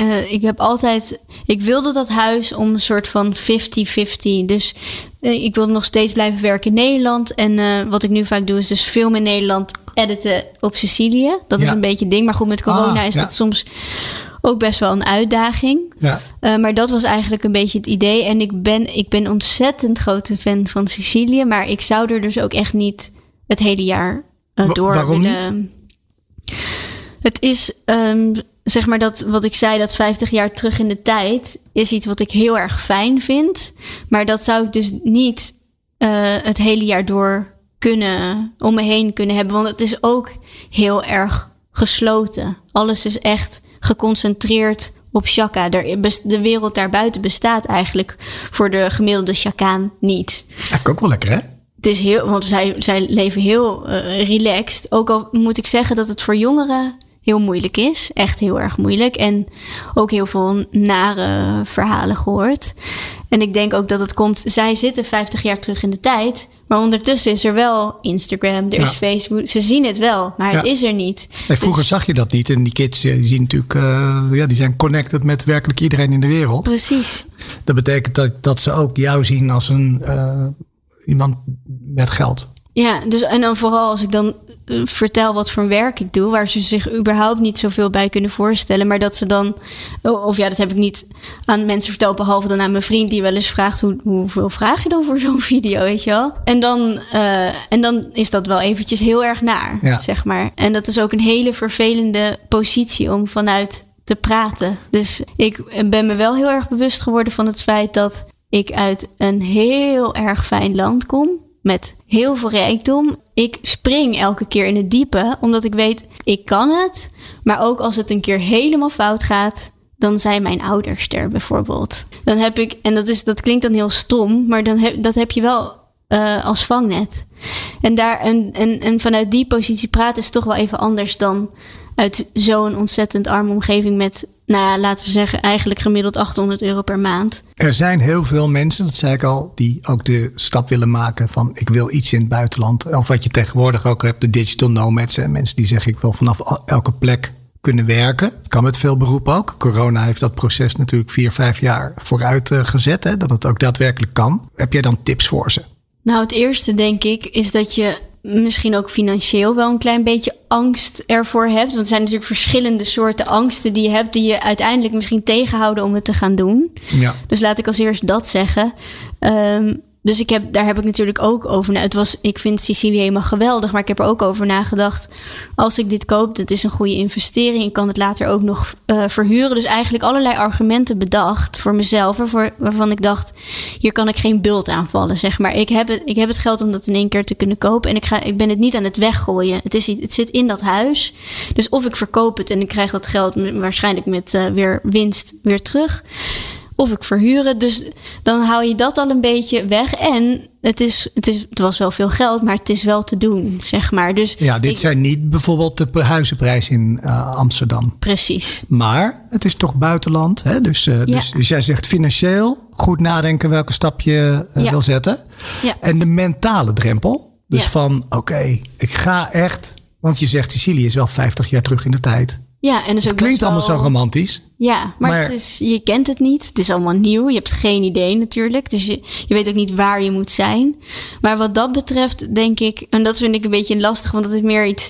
ik wilde dat huis om een soort van 50-50. Dus ik wilde nog steeds blijven werken in Nederland. En wat ik nu vaak doe is dus filmen in Nederland, editen op Sicilië. Dat is een beetje het ding. Maar goed, met corona is dat soms ook best wel een uitdaging. Ja. Maar dat was eigenlijk een beetje het idee. En ik ben ontzettend grote fan van Sicilië. Maar ik zou er dus ook echt niet het hele jaar door Waarom willen. Niet? Het is, zeg maar dat wat ik zei, dat 50 jaar terug in de tijd is iets wat ik heel erg fijn vind. Maar dat zou ik dus niet het hele jaar door om me heen kunnen hebben. Want het is ook heel erg gesloten. Alles is echt geconcentreerd op Chaka. De wereld daarbuiten bestaat eigenlijk voor de gemiddelde Chakaan niet. Eigenlijk ook wel lekker, hè? Het is want zij leven heel relaxed. Ook al moet ik zeggen dat het voor jongeren heel moeilijk is. Echt heel erg moeilijk. En ook heel veel nare verhalen gehoord. En ik denk ook dat het komt... Zij zitten 50 jaar terug in de tijd... Maar ondertussen is er wel Instagram, er is Facebook. Ze zien het wel, maar het is er niet. Nee, vroeger zag je dat niet. En die kids die zien natuurlijk, die zijn connected met werkelijk iedereen in de wereld. Precies. Dat betekent dat ze ook jou zien als iemand met geld. Ja, dus en dan vooral als ik dan vertel wat voor werk ik doe... waar ze zich überhaupt niet zoveel bij kunnen voorstellen... maar dat ze dan... Of dat heb ik niet aan mensen verteld... behalve dan aan mijn vriend die wel eens vraagt... hoeveel vraag je dan voor zo'n video, weet je wel? En dan is dat wel eventjes heel erg naar, zeg maar. En dat is ook een hele vervelende positie om vanuit te praten. Dus ik ben me wel heel erg bewust geworden van het feit... dat ik uit een heel erg fijn land kom... met heel veel rijkdom. Ik spring elke keer in het diepe, omdat ik weet, ik kan het. Maar ook als het een keer helemaal fout gaat, dan zijn mijn ouders er bijvoorbeeld. Dan heb ik, en dat klinkt dan heel stom, maar dat heb je wel als vangnet. En vanuit die positie praten is toch wel even anders dan uit zo'n ontzettend arme omgeving met... laten we zeggen, eigenlijk gemiddeld €800 per maand. Er zijn heel veel mensen, dat zei ik al, die ook de stap willen maken van ik wil iets in het buitenland. Of wat je tegenwoordig ook hebt, de digital nomads. En mensen die zeggen ik wil vanaf elke plek kunnen werken. Het kan met veel beroepen ook. Corona heeft dat proces natuurlijk 4-5 jaar vooruit gezet. Hè, dat het ook daadwerkelijk kan. Heb jij dan tips voor ze? Nou, het eerste denk ik is dat je misschien ook financieel wel een klein beetje angst ervoor hebt. Want er zijn natuurlijk verschillende soorten angsten die je hebt... die je uiteindelijk misschien tegenhouden om het te gaan doen. Ja. Dus laat ik als eerst dat zeggen. Dus daar heb ik natuurlijk ook over... Ik vind Sicilië helemaal geweldig, maar ik heb er ook over nagedacht. Als ik dit koop, dat is een goede investering. Ik kan het later ook nog verhuren. Dus eigenlijk allerlei argumenten bedacht voor mezelf... waarvan ik dacht, hier kan ik geen bult aanvallen, zeg maar. Ik heb het geld om dat in één keer te kunnen kopen... en ik ben het niet aan het weggooien. Het zit in dat huis. Dus of ik verkoop het en ik krijg dat geld... waarschijnlijk met weer winst weer terug... Of ik verhuur het. Dus dan hou je dat al een beetje weg. En het was wel veel geld, maar het is wel te doen, zeg maar. Dus dit zijn niet bijvoorbeeld de huizenprijs in Amsterdam. Precies. Maar het is toch buitenland. Hè? Dus jij zegt financieel goed nadenken welke stap je wil zetten. Ja. En de mentale drempel. Dus van oké, ik ga echt... Want je zegt Sicilië is wel 50 jaar terug in de tijd. Ja, en dus het ook klinkt allemaal zo romantisch. Ja, maar je kent het niet. Het is allemaal nieuw. Je hebt geen idee natuurlijk. Dus je weet ook niet waar je moet zijn. Maar wat dat betreft denk ik... En dat vind ik een beetje lastig. Want dat is meer iets...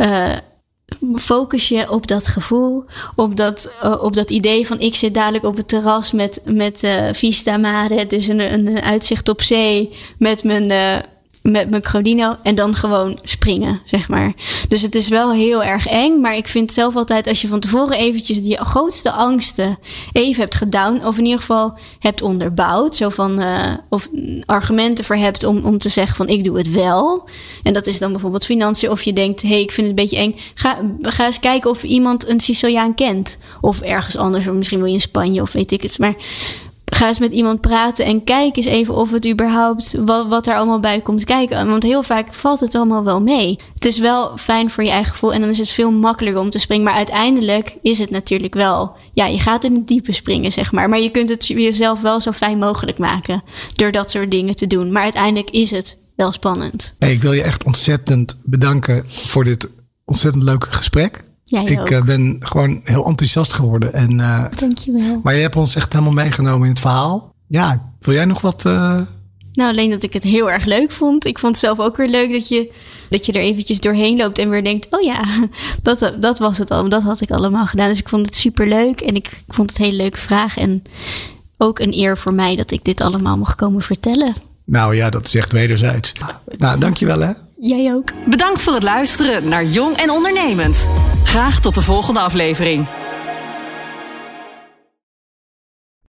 focus je op dat gevoel. Op dat idee van... Ik zit dadelijk op het terras met Vista Mare. Dus een uitzicht op zee. Met mijn Crodino en dan gewoon springen, zeg maar. Dus het is wel heel erg eng, maar ik vind zelf altijd... als je van tevoren eventjes die grootste angsten even hebt gedaan... of in ieder geval hebt onderbouwd... zo van, of argumenten voor hebt om te zeggen van ik doe het wel... en dat is dan bijvoorbeeld financiën... of je denkt, ik vind het een beetje eng... Ga eens kijken of iemand een Siciliaan kent... of ergens anders, of misschien wil je in Spanje of weet ik het... maar ga eens met iemand praten en kijk eens even of het überhaupt... wat er allemaal bij komt kijken. Want heel vaak valt het allemaal wel mee. Het is wel fijn voor je eigen gevoel en dan is het veel makkelijker om te springen. Maar uiteindelijk is het natuurlijk wel... je gaat in het diepe springen, zeg maar. Maar je kunt het jezelf wel zo fijn mogelijk maken... door dat soort dingen te doen. Maar uiteindelijk is het wel spannend. Ik wil je echt ontzettend bedanken voor dit ontzettend leuke gesprek. Ik ben gewoon heel enthousiast geworden. Dankjewel. Maar je hebt ons echt helemaal meegenomen in het verhaal. Ja, wil jij nog wat... Nou, alleen dat ik het heel erg leuk vond. Ik vond het zelf ook weer leuk dat je er eventjes doorheen loopt... en weer denkt, dat was het al. Dat had ik allemaal gedaan. Dus ik vond het superleuk. En ik vond het een hele leuke vraag. En ook een eer voor mij dat ik dit allemaal mocht komen vertellen. Nou ja, dat is echt wederzijds. Nou, dankjewel hè. Jij ook. Bedankt voor het luisteren naar Jong en Ondernemend. Graag tot de volgende aflevering.